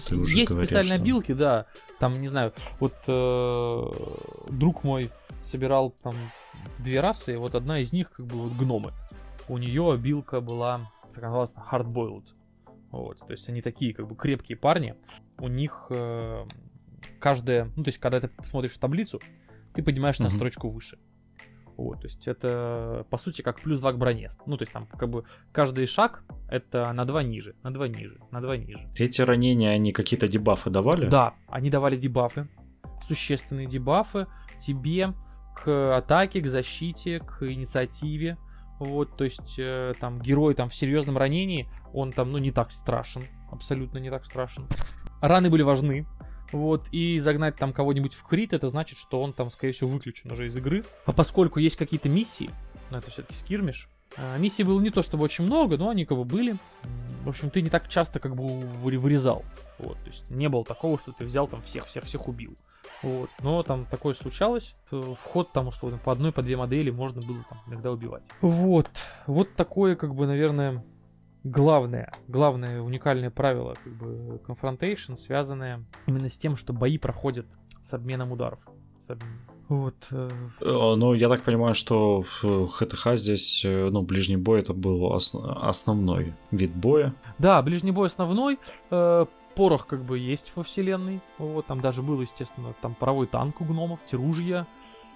есть, ты уже есть говорил, специальные что... обилки, да. Там, не знаю, вот э, друг мой собирал там две расы, и вот одна из них как бы вот гномы. У нее обилка была, так называлась, hard-boiled. Вот, то есть они такие как бы крепкие парни. У них э, каждая, ну то есть когда ты смотришь в таблицу, ты поднимаешься mm-hmm. на строчку выше. Вот, то есть это по сути как плюс два к броне. Ну то есть там как бы каждый шаг это на два ниже, на два ниже, на два ниже. Эти ранения, они какие-то дебафы давали? Да, они давали дебафы, существенные дебафы тебе к атаке, к защите, к инициативе. Вот, то есть э, там герой там в серьезном ранении, он там, ну, не так страшен, абсолютно не так страшен. Раны были важны, вот, и загнать там кого-нибудь в крит, это значит, что он там, скорее всего, выключен уже из игры. А поскольку есть какие-то миссии, ну, это все-таки скирмиш, э, миссий было не то чтобы очень много, но они как бы были. В общем, ты не так часто как бы вырезал, вот, то есть не было такого, что ты взял там всех-всех-всех убил. Вот. Но там такое случалось. Вход там, условно, по одной, по две модели можно было там иногда убивать. Вот. Вот такое, как бы, наверное, главное, главное уникальное правило, как бы, Confrontation, связанное именно с тем, что бои проходят с обменом ударов. С обменом. Вот. Ну, я так понимаю, что в ХТХ здесь, ну, ближний бой это был ос- основной вид боя. Да, ближний бой основной. Порох как бы есть во вселенной. Вот, там даже был, естественно, там паровой танк у гномов, те ружья.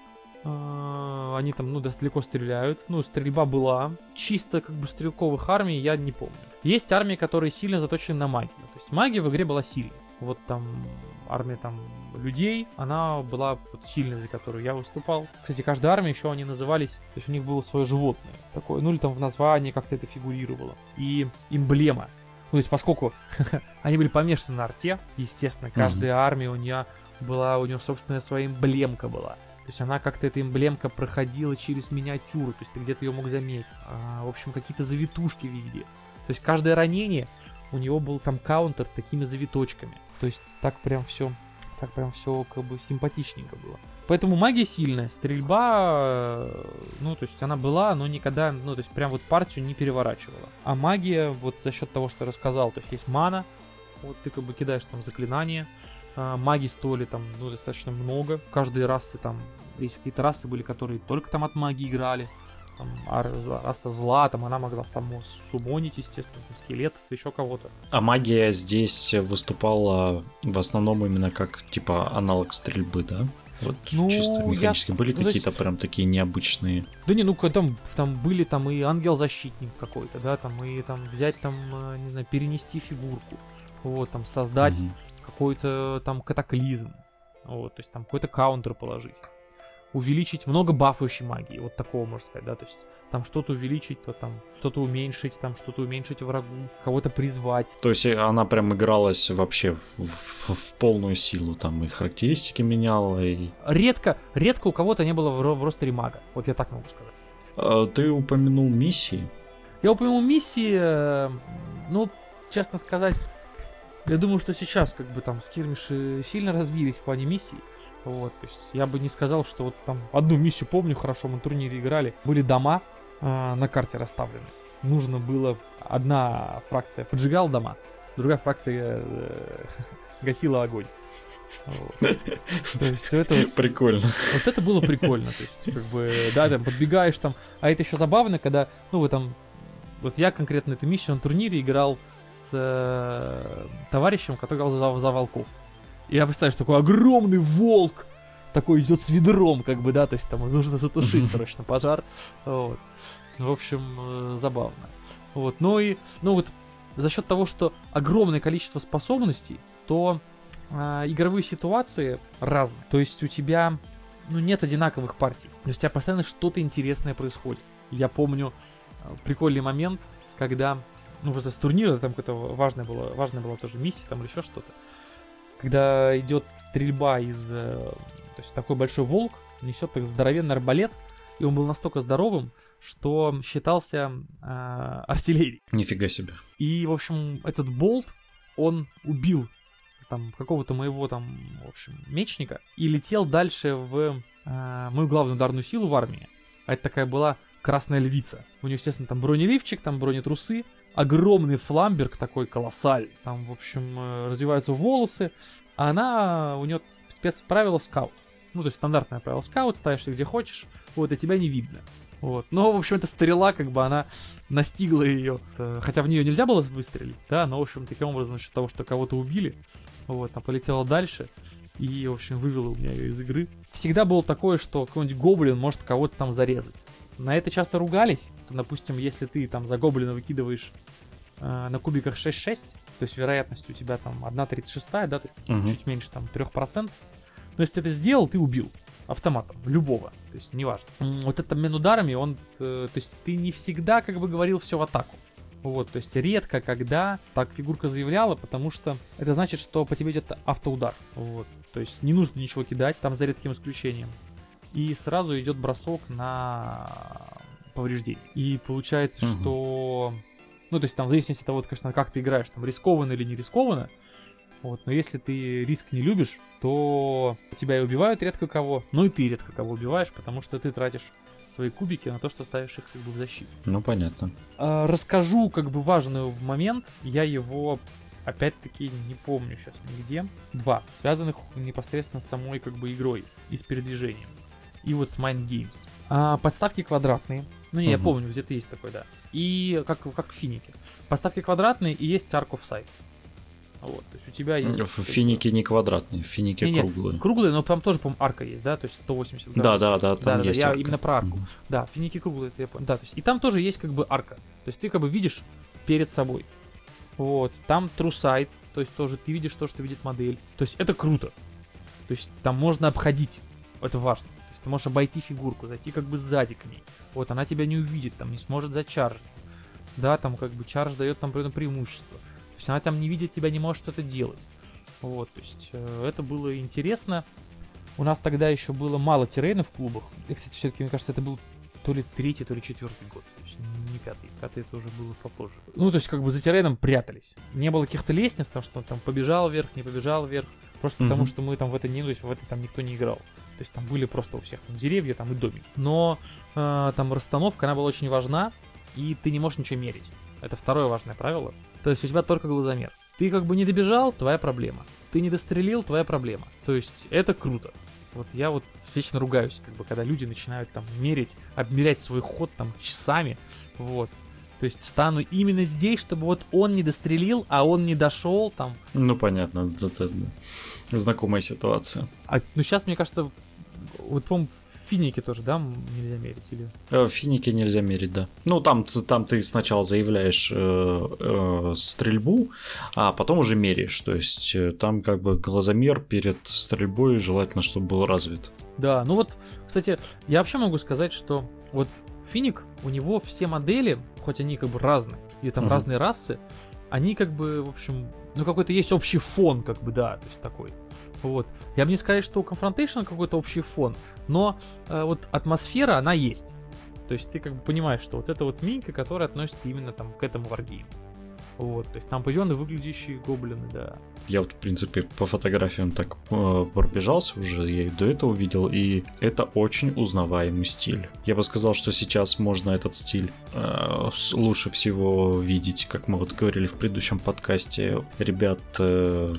Э, они там, ну, далеко стреляют. Ну, стрельба была. Чисто как бы стрелковых армий я не помню. Есть армии, которые сильно заточены на магию. То есть магия в игре была сильной. Вот там армия там людей, она была вот сильной, за которую я выступал. Кстати, каждая армия еще они назывались, то есть у них было свое животное такое, ну или там в названии как-то это фигурировало. И эмблема. Ну, то есть, поскольку они были помешаны на арте, естественно, каждая mm-hmm. армия у нее была, у нее собственная своя эмблемка была. То есть она как-то, эта эмблемка проходила через миниатюру, то есть ты где-то ее мог заметить. А, в общем, какие-то завитушки везде. То есть каждое ранение, у него был там каунтер такими завиточками. То есть так прям все, так прям все как бы симпатичненько было. Поэтому магия сильная, стрельба, ну, то есть она была, но никогда, ну, то есть прям вот партию не переворачивала. А магия, вот за счет того, что я рассказал, то есть есть мана, вот ты как бы кидаешь там заклинания, а, маги стоили там, ну, достаточно много, каждой расы там, есть какие-то расы были, которые только там от магии играли, там, а раса зла, там она могла само сумонить, естественно, там, скелетов, еще кого-то. А магия здесь выступала в основном именно как, типа, аналог стрельбы, да? Вот ну, чисто механически я... были ну, какие-то есть... прям такие необычные. Да не, ну там, там были там и ангел-защитник какой-то, да, там и там взять там, не знаю, перенести фигурку, вот, там создать угу. какой-то там катаклизм, вот, то есть там какой-то каунтер положить, увеличить много бафающей магии, вот такого можно сказать, да, то есть там что-то увеличить, то там что-то уменьшить, там что-то уменьшить врагу, кого-то призвать. То есть она прям игралась вообще в, в, в полную силу, там и характеристики меняла, и... Редко, редко у кого-то не было в, в ростере мага, вот я так могу сказать. А, ты упомянул миссии? Я упомянул миссии, э, ну, честно сказать, я думаю, что сейчас как бы там скирмиши сильно развились в плане миссий. Вот, то есть я бы не сказал, что вот там одну миссию помню хорошо, мы на турнире играли, были дома э, на карте расставлены. Нужно было, одна фракция поджигала дома, другая фракция э, гасила огонь. Вот. То есть это вот, прикольно. Вот это было прикольно, то есть как бы, да, там подбегаешь там, а это еще забавно, когда, ну вы там, вот я конкретно эту миссию на турнире играл с э, товарищем, который играл за, за волков. И я представляю, что такой огромный волк такой идет с ведром, как бы, да, то есть там нужно затушить срочно пожар. Вот. В общем, э, забавно. Вот. Ну и, ну вот, за счет того, что огромное количество способностей, то э, игровые ситуации разные. То есть у тебя, ну, нет одинаковых партий. То есть у тебя постоянно что-то интересное происходит. Я помню э, прикольный момент, когда, ну, просто с турнира, там какое-то важное было, важная была тоже миссия, там или еще что-то. Когда идет стрельба из... То есть такой большой волк несет так здоровенный арбалет, и он был настолько здоровым, что считался э, артиллерией. Нифига себе. И, в общем, этот болт, он убил там какого-то моего там, в общем, мечника и летел дальше в э, мою главную ударную силу в армии. А это такая была красная львица. У нее, естественно, там бронеливчик, там бронетрусы, огромный фламберг такой колоссальный. Там, в общем, э, развиваются волосы. А она, у нее спецправило скаут. Ну, то есть стандартное правило скаут, ставишь их где хочешь, вот, и тебя не видно. Вот. Но, в общем, эта стрела, как бы, она настигла ее. Хотя в нее нельзя было выстрелить, да, но, в общем, таким образом, за счет того, что кого-то убили, вот, она полетела дальше и, в общем, вывела у меня ее из игры. Всегда было такое, что какой-нибудь гоблин может кого-то там зарезать. На это часто ругались. То, допустим, если ты там за гоблина выкидываешь э, на кубиках шесть шесть, то есть вероятность у тебя там одна тридцать шесть, да, то есть uh-huh. чуть меньше там три процента. Но если ты это сделал, ты убил автоматом, любого, то есть неважно. Вот это обмен ударами, он, э, то есть ты не всегда, как бы, говорил все в атаку. Вот, то есть редко, когда так фигурка заявляла, потому что это значит, что по тебе идет автоудар. Вот, то есть не нужно ничего кидать, там за редким исключением. И сразу идет бросок на повреждение. И получается, угу. что... Ну, то есть там в зависимости от того, конечно, как ты играешь, там рискованно или не рискованно. Вот, но если ты риск не любишь, то тебя и убивают редко кого, ну и ты редко кого убиваешь, потому что ты тратишь свои кубики на то, что ставишь их, как бы, в защиту. Ну, понятно. А, расскажу, как бы, важный момент. Я его, опять-таки, не помню сейчас нигде. Два, связанных непосредственно с самой, как бы, игрой и с передвижением. И вот с Mind Games. А, подставки квадратные. Ну, не, угу. я помню, где-то есть такой, да. И как, как в Финике. Подставки квадратные и есть Arc of Sight. Вот, то есть у тебя есть... В Финике не квадратные, в Финике не, круглые. Нет, круглые, но там тоже, по-моему, арка есть, да? То есть сто восемьдесят градусов. Да, да, да, там да, есть да, арка. Я именно про арку. Mm-hmm. Да, Финики круглые, это я помню. Да, то есть и там тоже есть, как бы, арка. То есть ты, как бы, видишь перед собой. Вот, там True Sight, то есть тоже ты видишь то, что видит модель. То есть это круто. То есть там можно обходить, это важно. То есть ты можешь обойти фигурку, зайти, как бы, сзади к ней. Вот, она тебя не увидит, там не сможет зачаржить. Да, там, как бы, чардж дает там преимущество. То есть она там не видит тебя, не может что-то делать. Вот, то есть э, это было интересно. У нас тогда еще было мало террейна в клубах. И, кстати, все-таки, мне кажется, это был то ли третий, то ли четвертый год. То есть не пятый. Пятый это уже было попозже. Ну, то есть, как бы, за террейном прятались. Не было каких-то лестниц, там, что там побежал вверх, не побежал вверх. Просто mm-hmm. потому, что мы там в это не, то есть в это там никто не играл. То есть там были просто у всех там деревья, там и домики. Но э, там расстановка, она была очень важна, и ты не можешь ничего мерить. Это второе важное правило. То есть у тебя только глазомер. Ты, как бы, не добежал, твоя проблема. Ты не дострелил, твоя проблема. То есть это круто. Вот я вот вечно ругаюсь, как бы, когда люди начинают там мерить, обмерять свой ход там часами. Вот. То есть стану именно здесь, чтобы вот он не дострелил, а он не дошел там. Ну понятно, это знакомая ситуация. А, ну сейчас, мне кажется, вот, по-моему, в Финике тоже, да, нельзя мерить? Или... В Финике нельзя мерить, да. Ну, там, там ты сначала заявляешь э, э, стрельбу, а потом уже меряешь. То есть там, как бы, глазомер перед стрельбой желательно, чтобы был развит. Да, ну вот, кстати, я вообще могу сказать, что вот Финик, у него все модели, хоть они, как бы, разные, и там uh-huh. разные расы, они, как бы, в общем, ну, какой-то есть общий фон, как бы, да, то есть такой. Вот. Я бы не сказал, что у Confrontation какой-то общий фон, но э, вот атмосфера, она есть. То есть ты, как бы, понимаешь, что вот это вот минька, которая относится именно там к этому варгейму. Вот, то есть там определенно выглядящие гоблины, да. Я вот, в принципе, по фотографиям так э, пробежался уже, я и до этого видел, и это очень узнаваемый стиль. Я бы сказал, что сейчас можно этот стиль э, лучше всего видеть, как мы вот говорили в предыдущем подкасте, ребят э,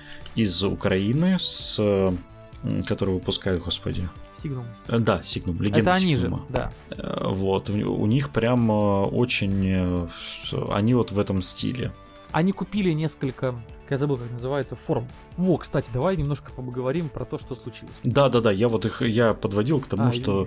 из Украины, с, которые выпускают, господи... Сигнум. Да, Сигнум, легенда это Сигнума. Они же, да. Вот, у, у них прям очень... Они вот в этом стиле. Они купили несколько... Я забыл, как называется, форм. Во, кстати, давай немножко поговорим про то, что случилось. Да-да-да, я вот их я подводил к тому, а, что...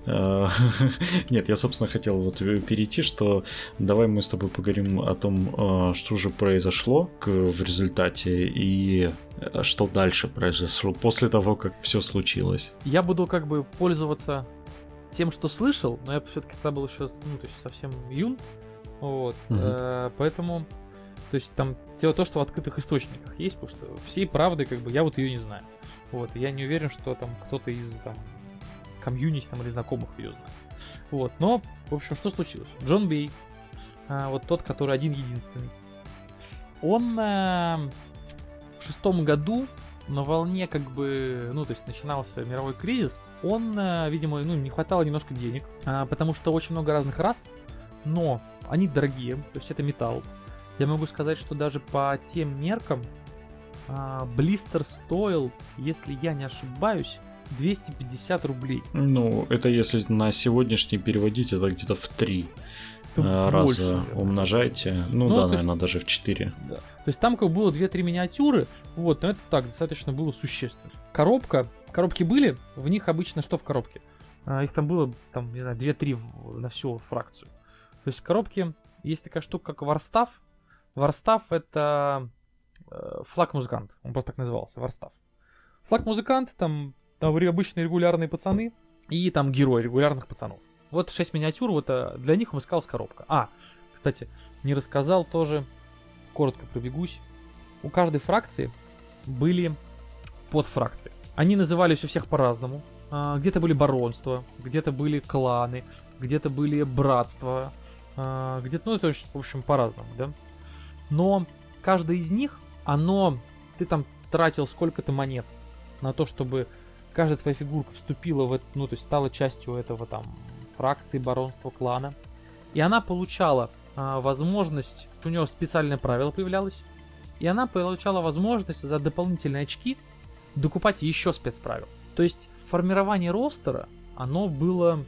Нет, я, собственно, хотел вот перейти, что давай мы с тобой поговорим о том, что же произошло в результате и что дальше произошло после того, как все случилось. Я буду, как бы, пользоваться тем, что слышал, но я все-таки тогда был еще, ну, то есть совсем юн, вот, поэтому... То есть там все то, что в открытых источниках есть, потому что всей правды, как бы, я вот ее не знаю. Вот, я не уверен, что там кто-то из там комьюнити там или знакомых ее знает. Вот, но, в общем, что случилось? Джон Бей, а, вот тот, который один-единственный, он а, в шестом году на волне, как бы, ну, то есть начинался мировой кризис, он, а, видимо, ну, не хватало немножко денег, а, потому что очень много разных рас, но они дорогие, то есть это металл. Я могу сказать, что даже по тем меркам а, блистер стоил, если я не ошибаюсь, двести пятьдесят рублей. Ну, это если на сегодняшний переводить, это где-то в три раза больше, умножайте. Ну, ну да, наверное, есть, даже в четыре. Да. То есть там как было две-три миниатюры, вот, но это так, достаточно было существенно. Коробка, коробки были, в них обычно что в коробке? А, их там было, там, не знаю, две-три на всю фракцию. То есть в коробке есть такая штука, как Варстав. Варстав — это э, флаг-музыкант, он просто так назывался, Варстав. Флаг-музыкант, там, там обычные регулярные пацаны и там герои регулярных пацанов. Вот шесть миниатюр, вот для них искалась коробка. А, кстати, не рассказал тоже, коротко пробегусь. У каждой фракции были подфракции. Они назывались у всех по-разному. Где-то были баронства, где-то были кланы, где-то были братства, где-то, ну, это, в общем, по-разному, да. Но каждая из них, оно, ты там тратил сколько-то монет на то, чтобы каждая твоя фигурка вступила в это, ну, то есть стала частью этого там фракции, баронства, клана. И она получала а, возможность, у нее специальное правило появлялось, и она получала возможность за дополнительные очки докупать еще спецправил. То есть формирование ростера, оно было,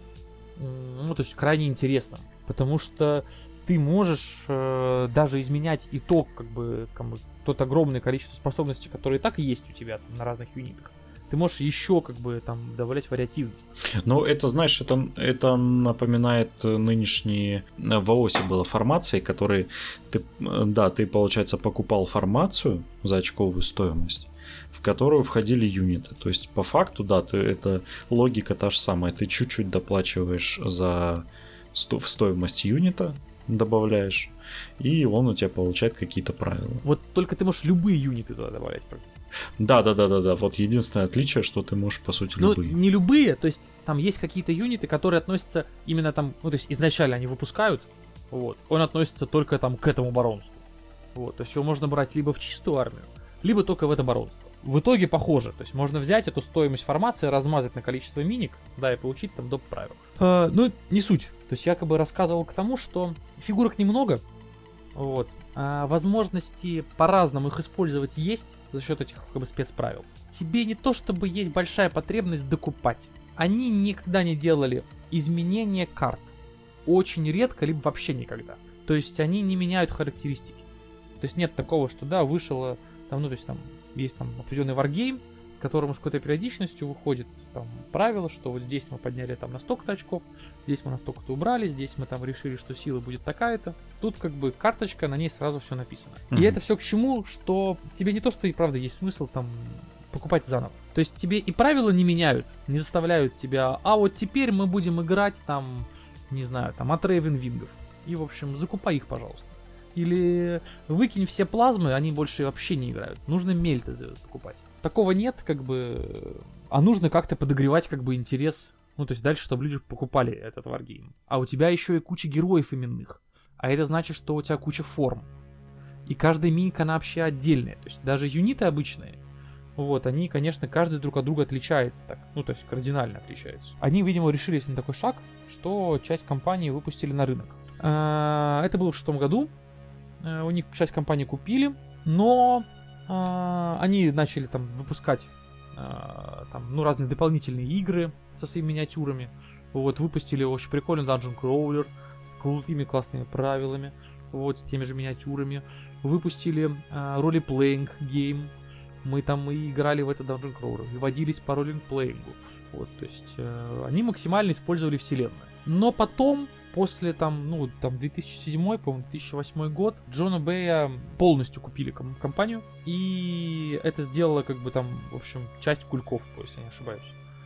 ну, то есть крайне интересно, потому что ты можешь э, даже изменять итог, как бы, как бы, тот огромное количество способностей, которые и так есть у тебя там, на разных юнитах. Ты можешь еще, как бы, там, добавлять вариативность. Ну, это, знаешь, это, это напоминает нынешние в АОСе было формации, которые ты, да, ты, получается, покупал формацию за очковую стоимость, в которую входили юниты. То есть, по факту, да, ты, это логика та же самая. Ты чуть-чуть доплачиваешь за сто, в стоимость юнита, добавляешь, и он у тебя получает какие-то правила. Вот только ты можешь любые юниты туда добавлять. Да, да, да, да, да. Вот единственное отличие, что ты можешь, по сути, любые. Ну, не любые, то есть там есть какие-то юниты, которые относятся именно там, ну, то есть изначально они выпускают, вот, он относится только там к этому баронству. Вот, то есть его можно брать либо в чистую армию, либо только в это баронство. В итоге похоже, то есть можно взять эту стоимость формации, размазать на количество миник, да, и получить там доп. Правил. А, ну, не суть. То есть я как бы рассказывал к тому, что фигурок немного, вот, а возможности по-разному их использовать есть за счет этих как бы спецправил. Тебе не то чтобы есть большая потребность докупать. Они никогда не делали изменения карт. Очень редко, либо вообще никогда. То есть они не меняют характеристики. То есть нет такого, что да, вышло, там, ну то есть там есть там определенный варгейм, которому с какой-то периодичностью выходит там правило, что вот здесь мы подняли там на столько-то очков, здесь мы на столько-то убрали, здесь мы там решили, что сила будет такая-то. Тут как бы карточка, на ней сразу все написано. Mm-hmm. И это все к чему, что тебе не то, что и правда есть смысл там покупать заново. То есть тебе и правила не меняют, не заставляют тебя, а вот теперь мы будем играть там, не знаю, там от Рейвенвингов. И, в общем, закупай их, пожалуйста. Или выкинь все плазмы, они больше вообще не играют. Нужно мельты покупать. Такого нет, как бы... А нужно как-то подогревать, как бы, интерес. Ну, то есть дальше, чтобы люди покупали этот варгейм. А у тебя еще и куча героев именных. А это значит, что у тебя куча форм. И каждая миника, она вообще отдельная. То есть даже юниты обычные, вот, они, конечно, каждый друг от друга отличается. Так, ну, то есть кардинально отличаются. Они, видимо, решились на такой шаг, что часть компании выпустили на рынок. Это было в шестом году. У них часть компании купили, но э, они начали там выпускать э, там, ну, разные дополнительные игры со своими миниатюрами. Вот, выпустили очень прикольный Dungeon Crawler с крутыми классными правилами, вот, с теми же миниатюрами. Выпустили э, Role-Playing Game. Мы там и играли в этот Dungeon Crawler, и водились по Role-Playing. Вот, то есть э, они максимально использовали вселенную. Но потом, после там, ну, там две тысячи седьмой, по-моему, две тысячи восьмой год, Джона Бэя полностью купили ком- компанию, и это сделало, как бы, там, в общем, часть кульков, если я не ошибаюсь.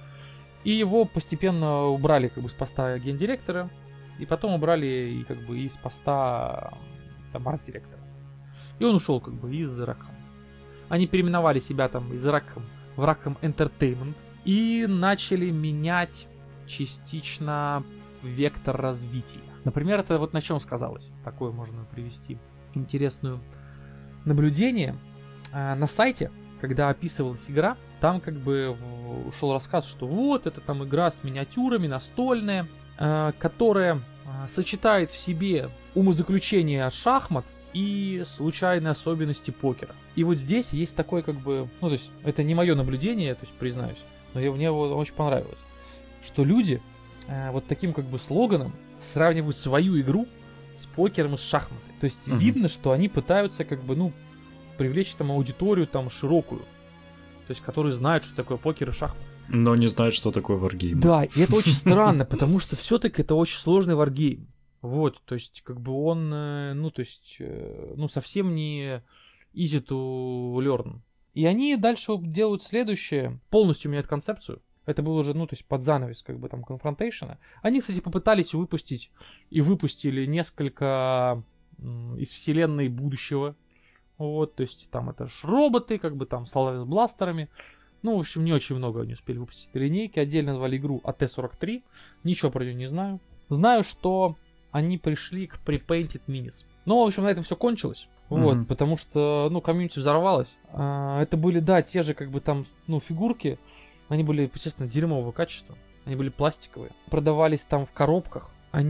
И его постепенно убрали, как бы, с поста гендиректора, и потом убрали, и, как бы, из поста, там, арт-директора. И он ушел, как бы, из Rackham. Они переименовали себя, там, из Rackham в Rackham Entertainment, и начали менять частично вектор развития. Например, это вот на чем сказалось. Такое можно привести интересную наблюдение. На сайте, когда описывалась игра, там как бы ушел рассказ, что вот, это там игра с миниатюрами, настольная, которая а, сочетает в себе умозаключение шахмат и случайные особенности покера. И вот здесь есть такой как бы, ну то есть это не мое наблюдение, то есть признаюсь, но я, мне его очень понравилось, что люди э, вот таким как бы слоганом сравнивают свою игру с покером и с шахматой. То есть угу. видно, что они пытаются как бы, ну, привлечь там аудиторию там широкую, то есть которые знают, что такое покер и шахматы. Но не знают, что такое варгейм. Да, и это очень странно, потому что все-таки это очень сложный варгейм. Вот, то есть, как бы он, ну, то есть, ну, совсем не easy to learn. И они дальше делают следующее, полностью меняют концепцию. Это было уже, ну, то есть, под занавес, как бы, там, конфронтейшена. Они, кстати, попытались выпустить и выпустили несколько из вселенной будущего. Вот, то есть, там, это ж роботы, как бы, там, солдаты с бластерами. Ну, в общем, не очень много они успели выпустить линейки. Отдельно назвали игру эй ти сорок три. Ничего про нее не знаю. Знаю, что они пришли к Prepainted Minis. Ну, в общем, на этом все кончилось. Mm-hmm. Вот, потому что, ну, комьюнити взорвалось. А, это были, да, те же, как бы там, ну, фигурки. Они были, естественно, дерьмового качества. Они были пластиковые. Продавались там в коробках.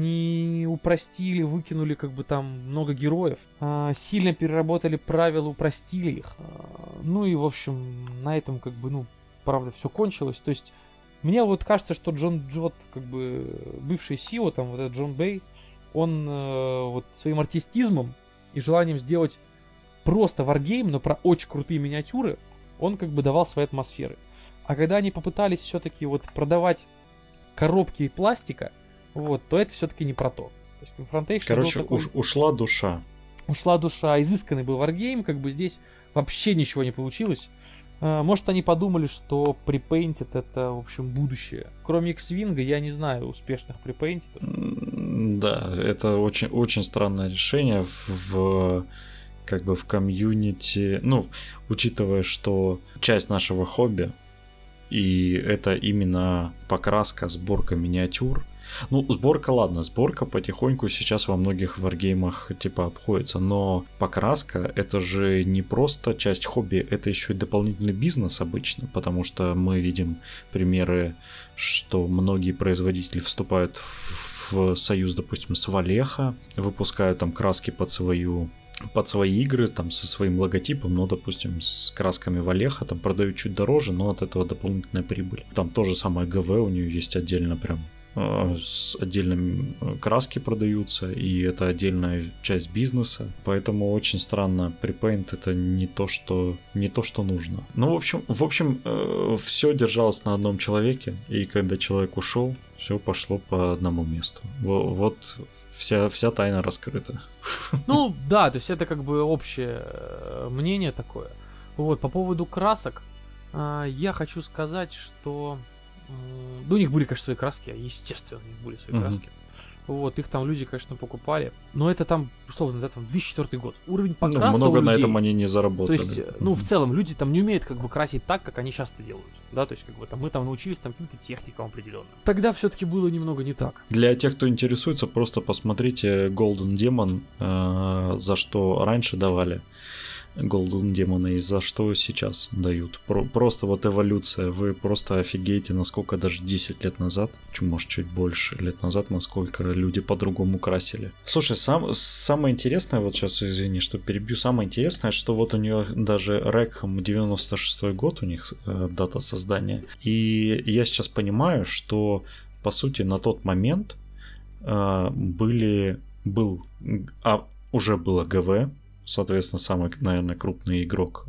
Они упростили, выкинули, как бы там, много героев. А, сильно переработали правила, упростили их. А, ну и, в общем, на этом, как бы, ну, правда, все кончилось. То есть, мне вот кажется, что Джон Джот, как бы, бывший си и о, там, вот этот Джон Бэй, он э, вот своим артистизмом и желанием сделать просто варгейм, но про очень крутые миниатюры, он как бы давал свои атмосферы. А когда они попытались все-таки вот продавать коробки и пластика, вот, то это все-таки не про то. То есть Confrontation Короче, такой... уш, ушла душа. Ушла душа, изысканный был варгейм, как бы здесь вообще ничего не получилось. Может, они подумали, что Prepainted это, в общем, будущее. Кроме X-Wing, я не знаю успешных Prepainted. Да, это очень, очень странное решение в, в как бы в комьюнити. Ну, учитывая, что часть нашего хобби, и это именно покраска, сборка миниатюр. Ну, сборка, ладно, сборка потихоньку сейчас во многих варгеймах типа обходится, но покраска это же не просто часть хобби, это еще и дополнительный бизнес обычно, потому что мы видим примеры, что многие производители вступают в, в союз, допустим, с Валеха, выпускают там краски под свою под свои игры, там, со своим логотипом, но, допустим, с красками Валеха, там, продают чуть дороже, но от этого дополнительная прибыль. Там то же самое ГВ, у нее есть отдельно прям с отдельными краски продаются, и это отдельная часть бизнеса, поэтому очень странно, Prepaint это не то, что не то, что нужно. Ну, в общем, в общем, э, все держалось на одном человеке, и когда человек ушел, все пошло по одному месту. Вот, вот вся, вся тайна раскрыта. Ну, да, то есть это как бы общее мнение такое. Вот, по поводу красок, э, я хочу сказать, что ну, у них были, конечно, свои краски, естественно, у них были свои uh-huh. краски. Вот, их там люди, конечно, покупали. Но это там, условно, да, там две тысячи четвёртый год. Уровень покраса ну, много у людей, на этом они не заработали. То есть, uh-huh. ну, в целом, люди там не умеют как бы красить так, как они часто делают. Да, то есть, как бы там мы там научились там каким-то техникам определенным. Тогда все-таки было немного не так. Для тех, кто интересуется, просто посмотрите Golden Demon, э, за что раньше давали Golden Demon и за что сейчас дают. Про- просто вот эволюция. Вы просто офигеете, насколько даже десять лет назад, может чуть больше лет назад, насколько люди по-другому красили. Слушай, сам, самое интересное, вот сейчас, извини, что перебью, самое интересное, что вот у нее даже Rackham девяносто шестой год, у них э, дата создания. И я сейчас понимаю, что по сути на тот момент э, были, был, а уже было ГВ, соответственно, самый, наверное, крупный игрок.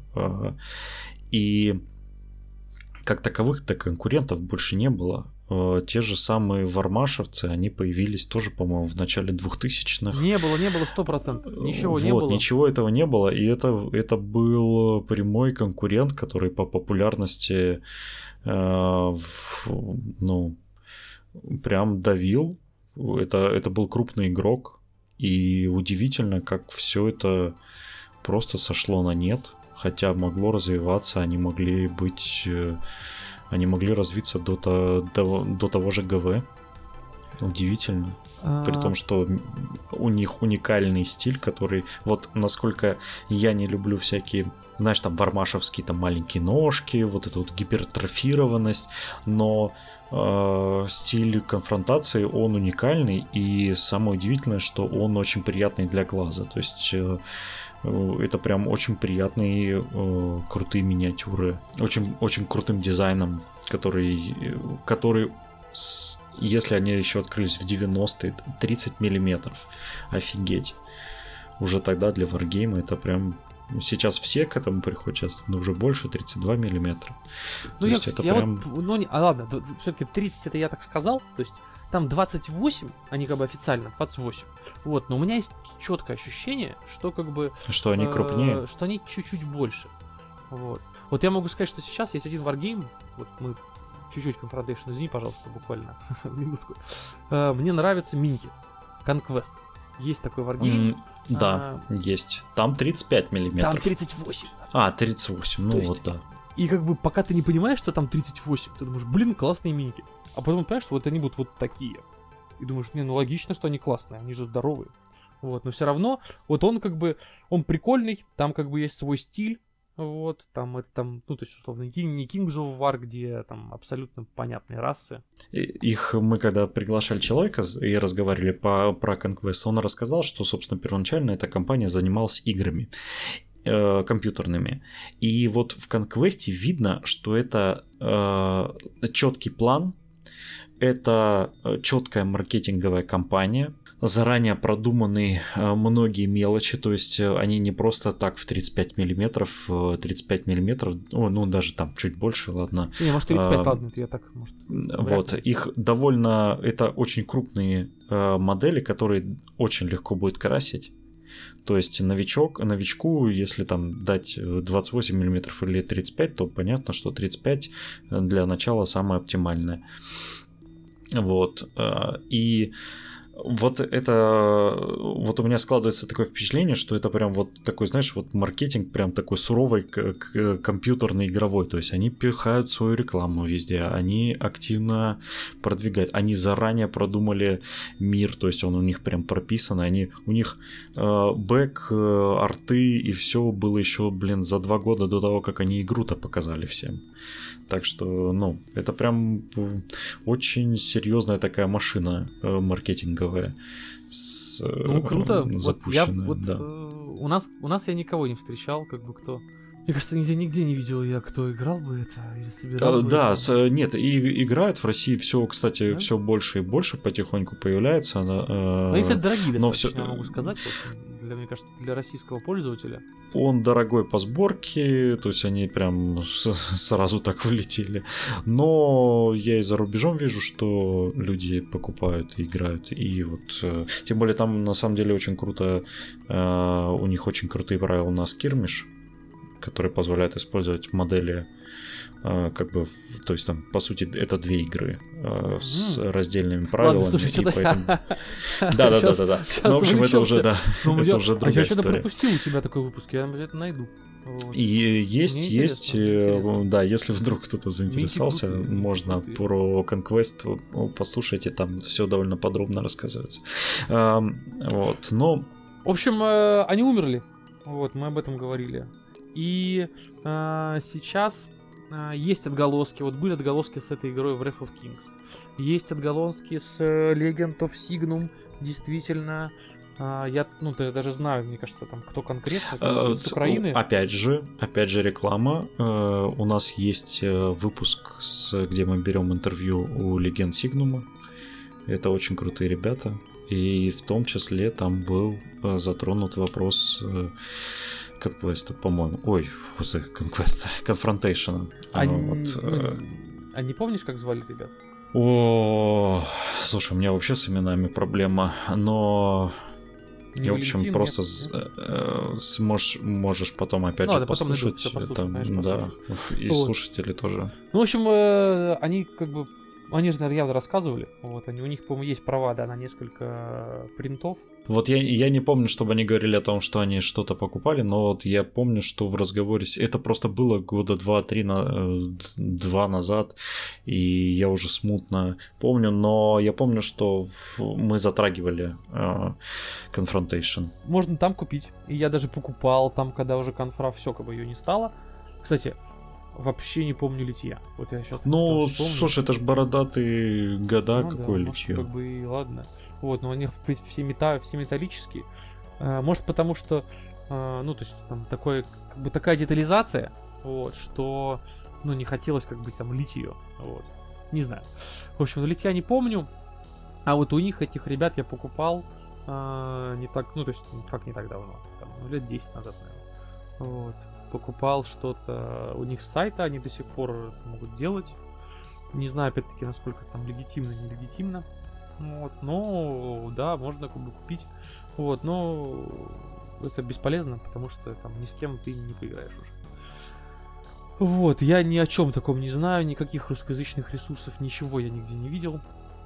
И как таковых-то конкурентов больше не было. Те же самые вармашевцы, они появились тоже, по-моему, в начале двухтысячных. Не было, не было сто процентов. Ничего вот, не было. Ничего этого не было. И это, это был прямой конкурент, который по популярности э, в, ну, прям давил. Это, это был крупный игрок. И удивительно, как все это просто сошло на нет, хотя могло развиваться, они могли быть, они могли развиться до, то, до, до того же ГВ. Удивительно. А... При том, что у них уникальный стиль, который, вот насколько я не люблю всякие знаешь, там вармашевские там маленькие ножки, вот эта вот гипертрофированность, но э, стиль конфронтации, он уникальный, и самое удивительное, что он очень приятный для глаза, то есть э, это прям очень приятные, э, крутые миниатюры, очень, очень крутым дизайном, который, который с, если они еще открылись в девяностые, тридцать миллиметров, офигеть. Уже тогда для варгейма это прям... Сейчас все к этому приходят, сейчас но уже больше, тридцать два миллиметра. Ну, то я, есть это я прям... вот, ну, не, а ладно, все-таки тридцать это я так сказал, то есть там двадцать восемь, они как бы официально двадцать восемь. Вот, но у меня есть четкое ощущение, что как бы... Что они крупнее? Э, что они чуть-чуть больше. Вот. Вот я могу сказать, что сейчас есть один варгейм, вот мы чуть-чуть Confrontation, извини, пожалуйста, буквально минутку. Э, мне нравятся миньки, Conquest. Есть такой варгейм. Mm, да, а, есть. Там тридцать пять миллиметров. Там тридцать восемь. А, тридцать восемь, ну есть, вот да. И как бы пока ты не понимаешь, что там тридцать восемь, ты думаешь, блин, классные миньки. А потом понимаешь, что вот они будут вот такие. И думаешь, не, ну логично, что они классные, они же здоровые. Вот, но все равно, вот он как бы, он прикольный, там как бы есть свой стиль. Вот, там это там, ну, то есть, условно, не Kings of War, где там абсолютно понятные расы. Их мы когда приглашали человека и разговаривали по, про Conquest, он рассказал, что, собственно, первоначально эта компания занималась играми э, компьютерными. И вот в Conquest видно, что это э, четкий план, это четкая маркетинговая кампания, заранее продуманы многие мелочи, то есть они не просто так в тридцать пять миллиметров, тридцать пять миллиметров, ну, ну даже там чуть больше, ладно. Не, может тридцать пять, а, ладно, я так, может. Вот, их довольно, это очень крупные э, модели, которые очень легко будет красить. То есть новичок, новичку, если там дать двадцать восемь миллиметров или тридцать пять, то понятно, что тридцать пять для начала самое оптимальное. Вот, и вот это, вот у меня складывается такое впечатление, что это прям вот такой, знаешь, вот маркетинг прям такой суровый, как компьютерный, игровой, то есть они пихают свою рекламу везде, они активно продвигают, они заранее продумали мир, то есть он у них прям прописан, они, у них э, бэк, э, арты и все было еще, блин, за два года до того, как они игру-то показали всем. Так что, ну, это прям очень серьезная такая машина э, маркетинговая. С, э, ну, круто. Запущенная, вот я, да. Вот, э, у, нас, у нас я никого не встречал, как бы кто... Мне кажется, нигде, нигде не видел я, кто играл бы это или собирал а, бы да, это. С, нет, и играют в России все, кстати, да? все больше и больше потихоньку появляется. Она, э, но они, кстати, дорогие но достаточно, всё... я могу сказать. Вот, для, мне кажется, для российского пользователя. Он дорогой по сборке, то есть они прям с- сразу так влетели. Но я и за рубежом вижу, что люди покупают и играют. И вот, э, тем более там на самом деле очень круто, э, у них очень крутые правила на скирмиш, которые позволяют использовать модели, э, как бы, в- то есть там, по сути, это две игры э, с Мгм. раздельными правилами. Ладно, слушай, и что-то... поэтому... Да, да, да, да, да. Ну, в общем, это уже, да, Ну, это я- уже а другая я что-то история. пропустил у тебя такой выпуск, я обязательно найду. Вот. И есть, Мне есть, интересно, мне э, интересно. да, если вдруг кто-то заинтересовался, крутые, можно крутые. про Conquest ну, послушайте, там все довольно подробно рассказывается. Ам, Вот, но В общем, э, они умерли. Вот, мы об этом говорили. И э, сейчас э, есть отголоски. Вот были отголоски с этой игрой в Wrath of Kings. Есть отголоски с э, Legend of Signum. Действительно. Э, я, ну, я даже знаю, мне кажется, там кто конкретно. э, С Украины. опять же, опять же реклама. Э, У нас есть э, выпуск, с, где мы берем интервью у Legend Signum. Это очень крутые ребята. И в том числе там был э, затронут вопрос э, Conquest, по-моему. Ой, Conquest, Confrontation. А, Вот, э, а не помнишь, как звали ребят? О, слушай, у меня вообще с именами проблема, но... Не в общем, Валентин, просто нет? с- э, сможешь, можешь потом опять Ну, же ладно, потом найду, послушать. всё послушаю, Это, конечно, да, и Вот. слушатели тоже. Ну, в общем, э, они как бы... Они же, наверное, явно рассказывали. Вот, они, у них, по-моему, есть права, да, на несколько принтов. Вот я, я не помню, чтобы они говорили о том, что они что-то покупали, но вот я помню, что в разговоре... Это просто было года два-три на... два назад, и я уже смутно помню, но я помню, что в... мы затрагивали э, Confrontation. Можно там купить, и я даже покупал там, когда уже конфра все, как бы ее не стало. Кстати, вообще не помню литья. Вот я сейчас... Ну, слушай, это ж бородатые года, ну, какое да, литье. Может, как бы и ладно. Вот, но у них, в принципе, все, мета, все металлические. А, может, потому что, а, ну, то есть, там, такое, как бы такая детализация, вот, что, ну, не хотелось, как бы, там, лить ее, вот. Не знаю. В общем, литья не помню. А вот у них, этих ребят, я покупал а, не так, ну, то есть, как не так давно, там, ну, лет десять назад, наверное. Вот. Покупал что-то у них с сайта, они до сих пор это могут делать. Не знаю, опять-таки, насколько там легитимно, нелегитимно. Вот, но да, можно как бы купить. Вот, но это бесполезно, потому что там ни с кем ты не поиграешь уже. Вот, я ни о чем таком не знаю, никаких русскоязычных ресурсов, ничего я нигде не видел.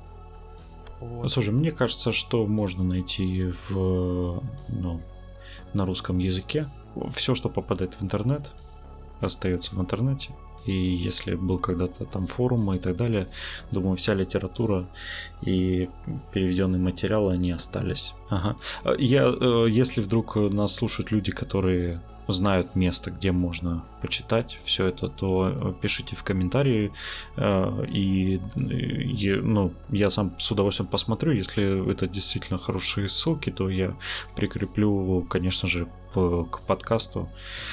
Вот. Слушай, мне кажется, что можно найти в, ну, на русском языке. Все, что попадает в интернет, остается в интернете. И если был когда-то там форумы и так далее, думаю, вся литература и переведенные материалы, они остались. Ага. Я, если вдруг нас слушают люди, которые знают место, где можно почитать все это, то пишите в комментарии, и, и ну, я сам с удовольствием посмотрю. Если это действительно хорошие ссылки, то я прикреплю, конечно же, к подкасту,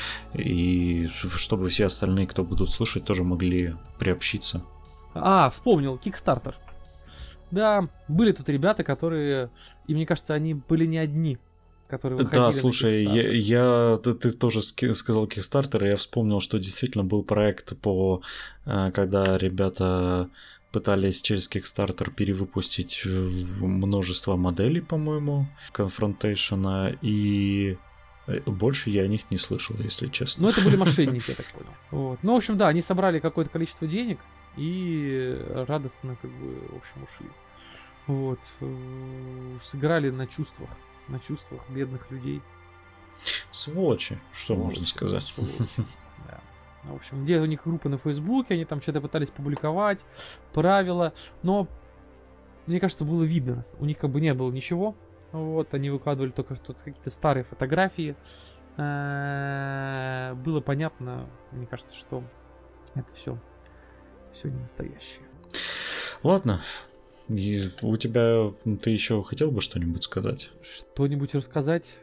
и чтобы все остальные, кто будут слушать, тоже могли приобщиться. А, вспомнил, Kickstarter. Да, были тут ребята, которые, и мне кажется, они были не одни, которые выходили. Да, слушай, я, я ты, ты тоже сказал Kickstarter, и я вспомнил, что действительно был проект по, когда ребята пытались через Kickstarter перевыпустить множество моделей, по-моему, Confrontation, и больше я о них не слышал, если честно. Ну, это были мошенники, я так понял. Вот. Ну, в общем, да, они собрали какое-то количество денег и радостно, как бы, в общем, ушли. Вот. Сыграли на чувствах, на чувствах бедных людей. Сволочи, что Сволочи, можно сказать. Сволочи. Да. В общем, где у них группа на Фейсбуке, они там что-то пытались публиковать, правила, но, мне кажется, было видно, у них как бы не было ничего. Вот, они выкладывали только что какие-то старые фотографии. Было понятно, мне кажется, что это все, все не настоящее. Ладно. И у тебя, ты еще хотел бы что-нибудь сказать? Что-нибудь рассказать?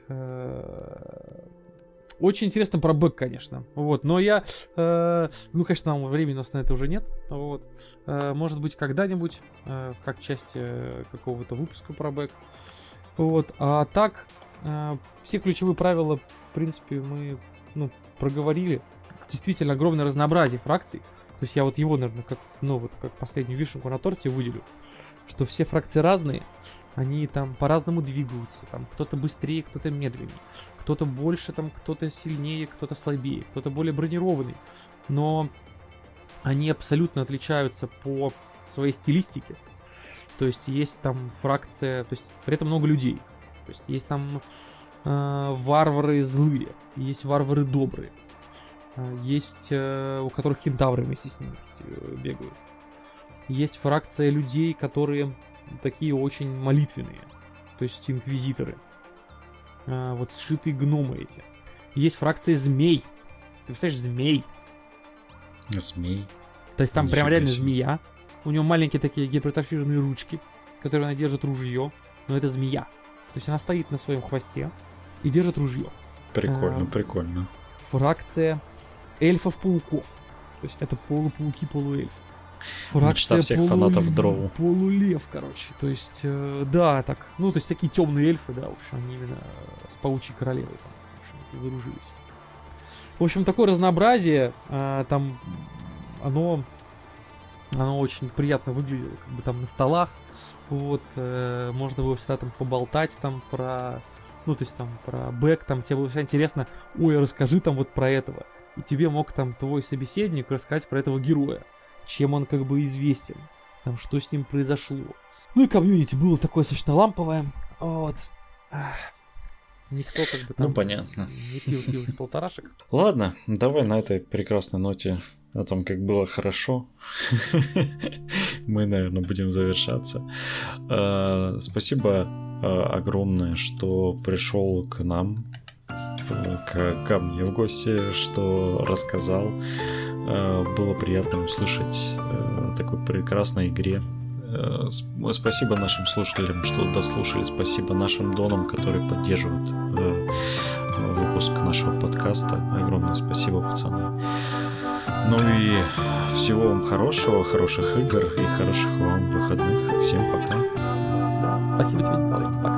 Очень интересно про бэк, конечно. Вот, но я, ну, конечно, нам времени у нас на это уже нет. Вот, может быть, когда-нибудь, как часть какого-то выпуска про бэк. Вот, а так, э, все ключевые правила, в принципе, мы, ну, проговорили. Действительно огромное разнообразие фракций. То есть я вот его, наверное, как, ну, вот как последнюю вишенку на торте выделю. Что все фракции разные, они там по-разному двигаются. Там кто-то быстрее, кто-то медленнее. Кто-то больше, там, кто-то сильнее, кто-то слабее, кто-то более бронированный. Но они абсолютно отличаются по своей стилистике. То есть есть там фракция, то есть при этом много людей. То есть есть там э, варвары злые, есть варвары добрые, э, есть э, у которых кентавры вместе с ними э, бегают. Есть фракция людей, которые такие очень молитвенные, то есть инквизиторы. Э, вот сшитые гномы эти. Есть фракция змей. Ты представляешь, змей? Змей. То есть там прям реально змея. У него маленькие такие гипертрофированные ручки, которые она держит ружье, но это змея. То есть она стоит на своем хвосте и держит ружье. Прикольно, а, прикольно. Фракция эльфов-пауков. То есть это полупауки, полуэльф. Фракция Мечта всех полу... фанатов Дроу. Полулев, короче. То есть, э, да, так. Ну, то есть такие темные эльфы, да, в общем, они именно с паучьей королевой там, в общем, заружились. В общем, такое разнообразие, э, там, оно... Оно очень приятно выглядело, как бы там на столах. Вот, э, можно было всегда там поболтать там про, ну, то есть там про бэк, там тебе было всегда интересно, ой, расскажи там вот про этого. И тебе мог там твой собеседник рассказать про этого героя, чем он как бы известен, там, что с ним произошло. Ну и комьюнити было такое достаточно ламповое, вот. Никто как бы там Ну, понятно. не пил пил из полторашек. Ладно, давай на этой прекрасной ноте о том, как было хорошо, мы, наверное, будем завершаться. Спасибо огромное, что пришел к нам, к, ко мне в гости, что рассказал. Было приятно услышать о такой прекрасной игре. Спасибо нашим слушателям, что дослушали. Спасибо нашим донам, которые поддерживают выпуск нашего подкаста. Огромное спасибо, пацаны. Ну и всего вам хорошего, хороших игр и хороших вам выходных. Всем пока. Спасибо тебе, Николай. Пока.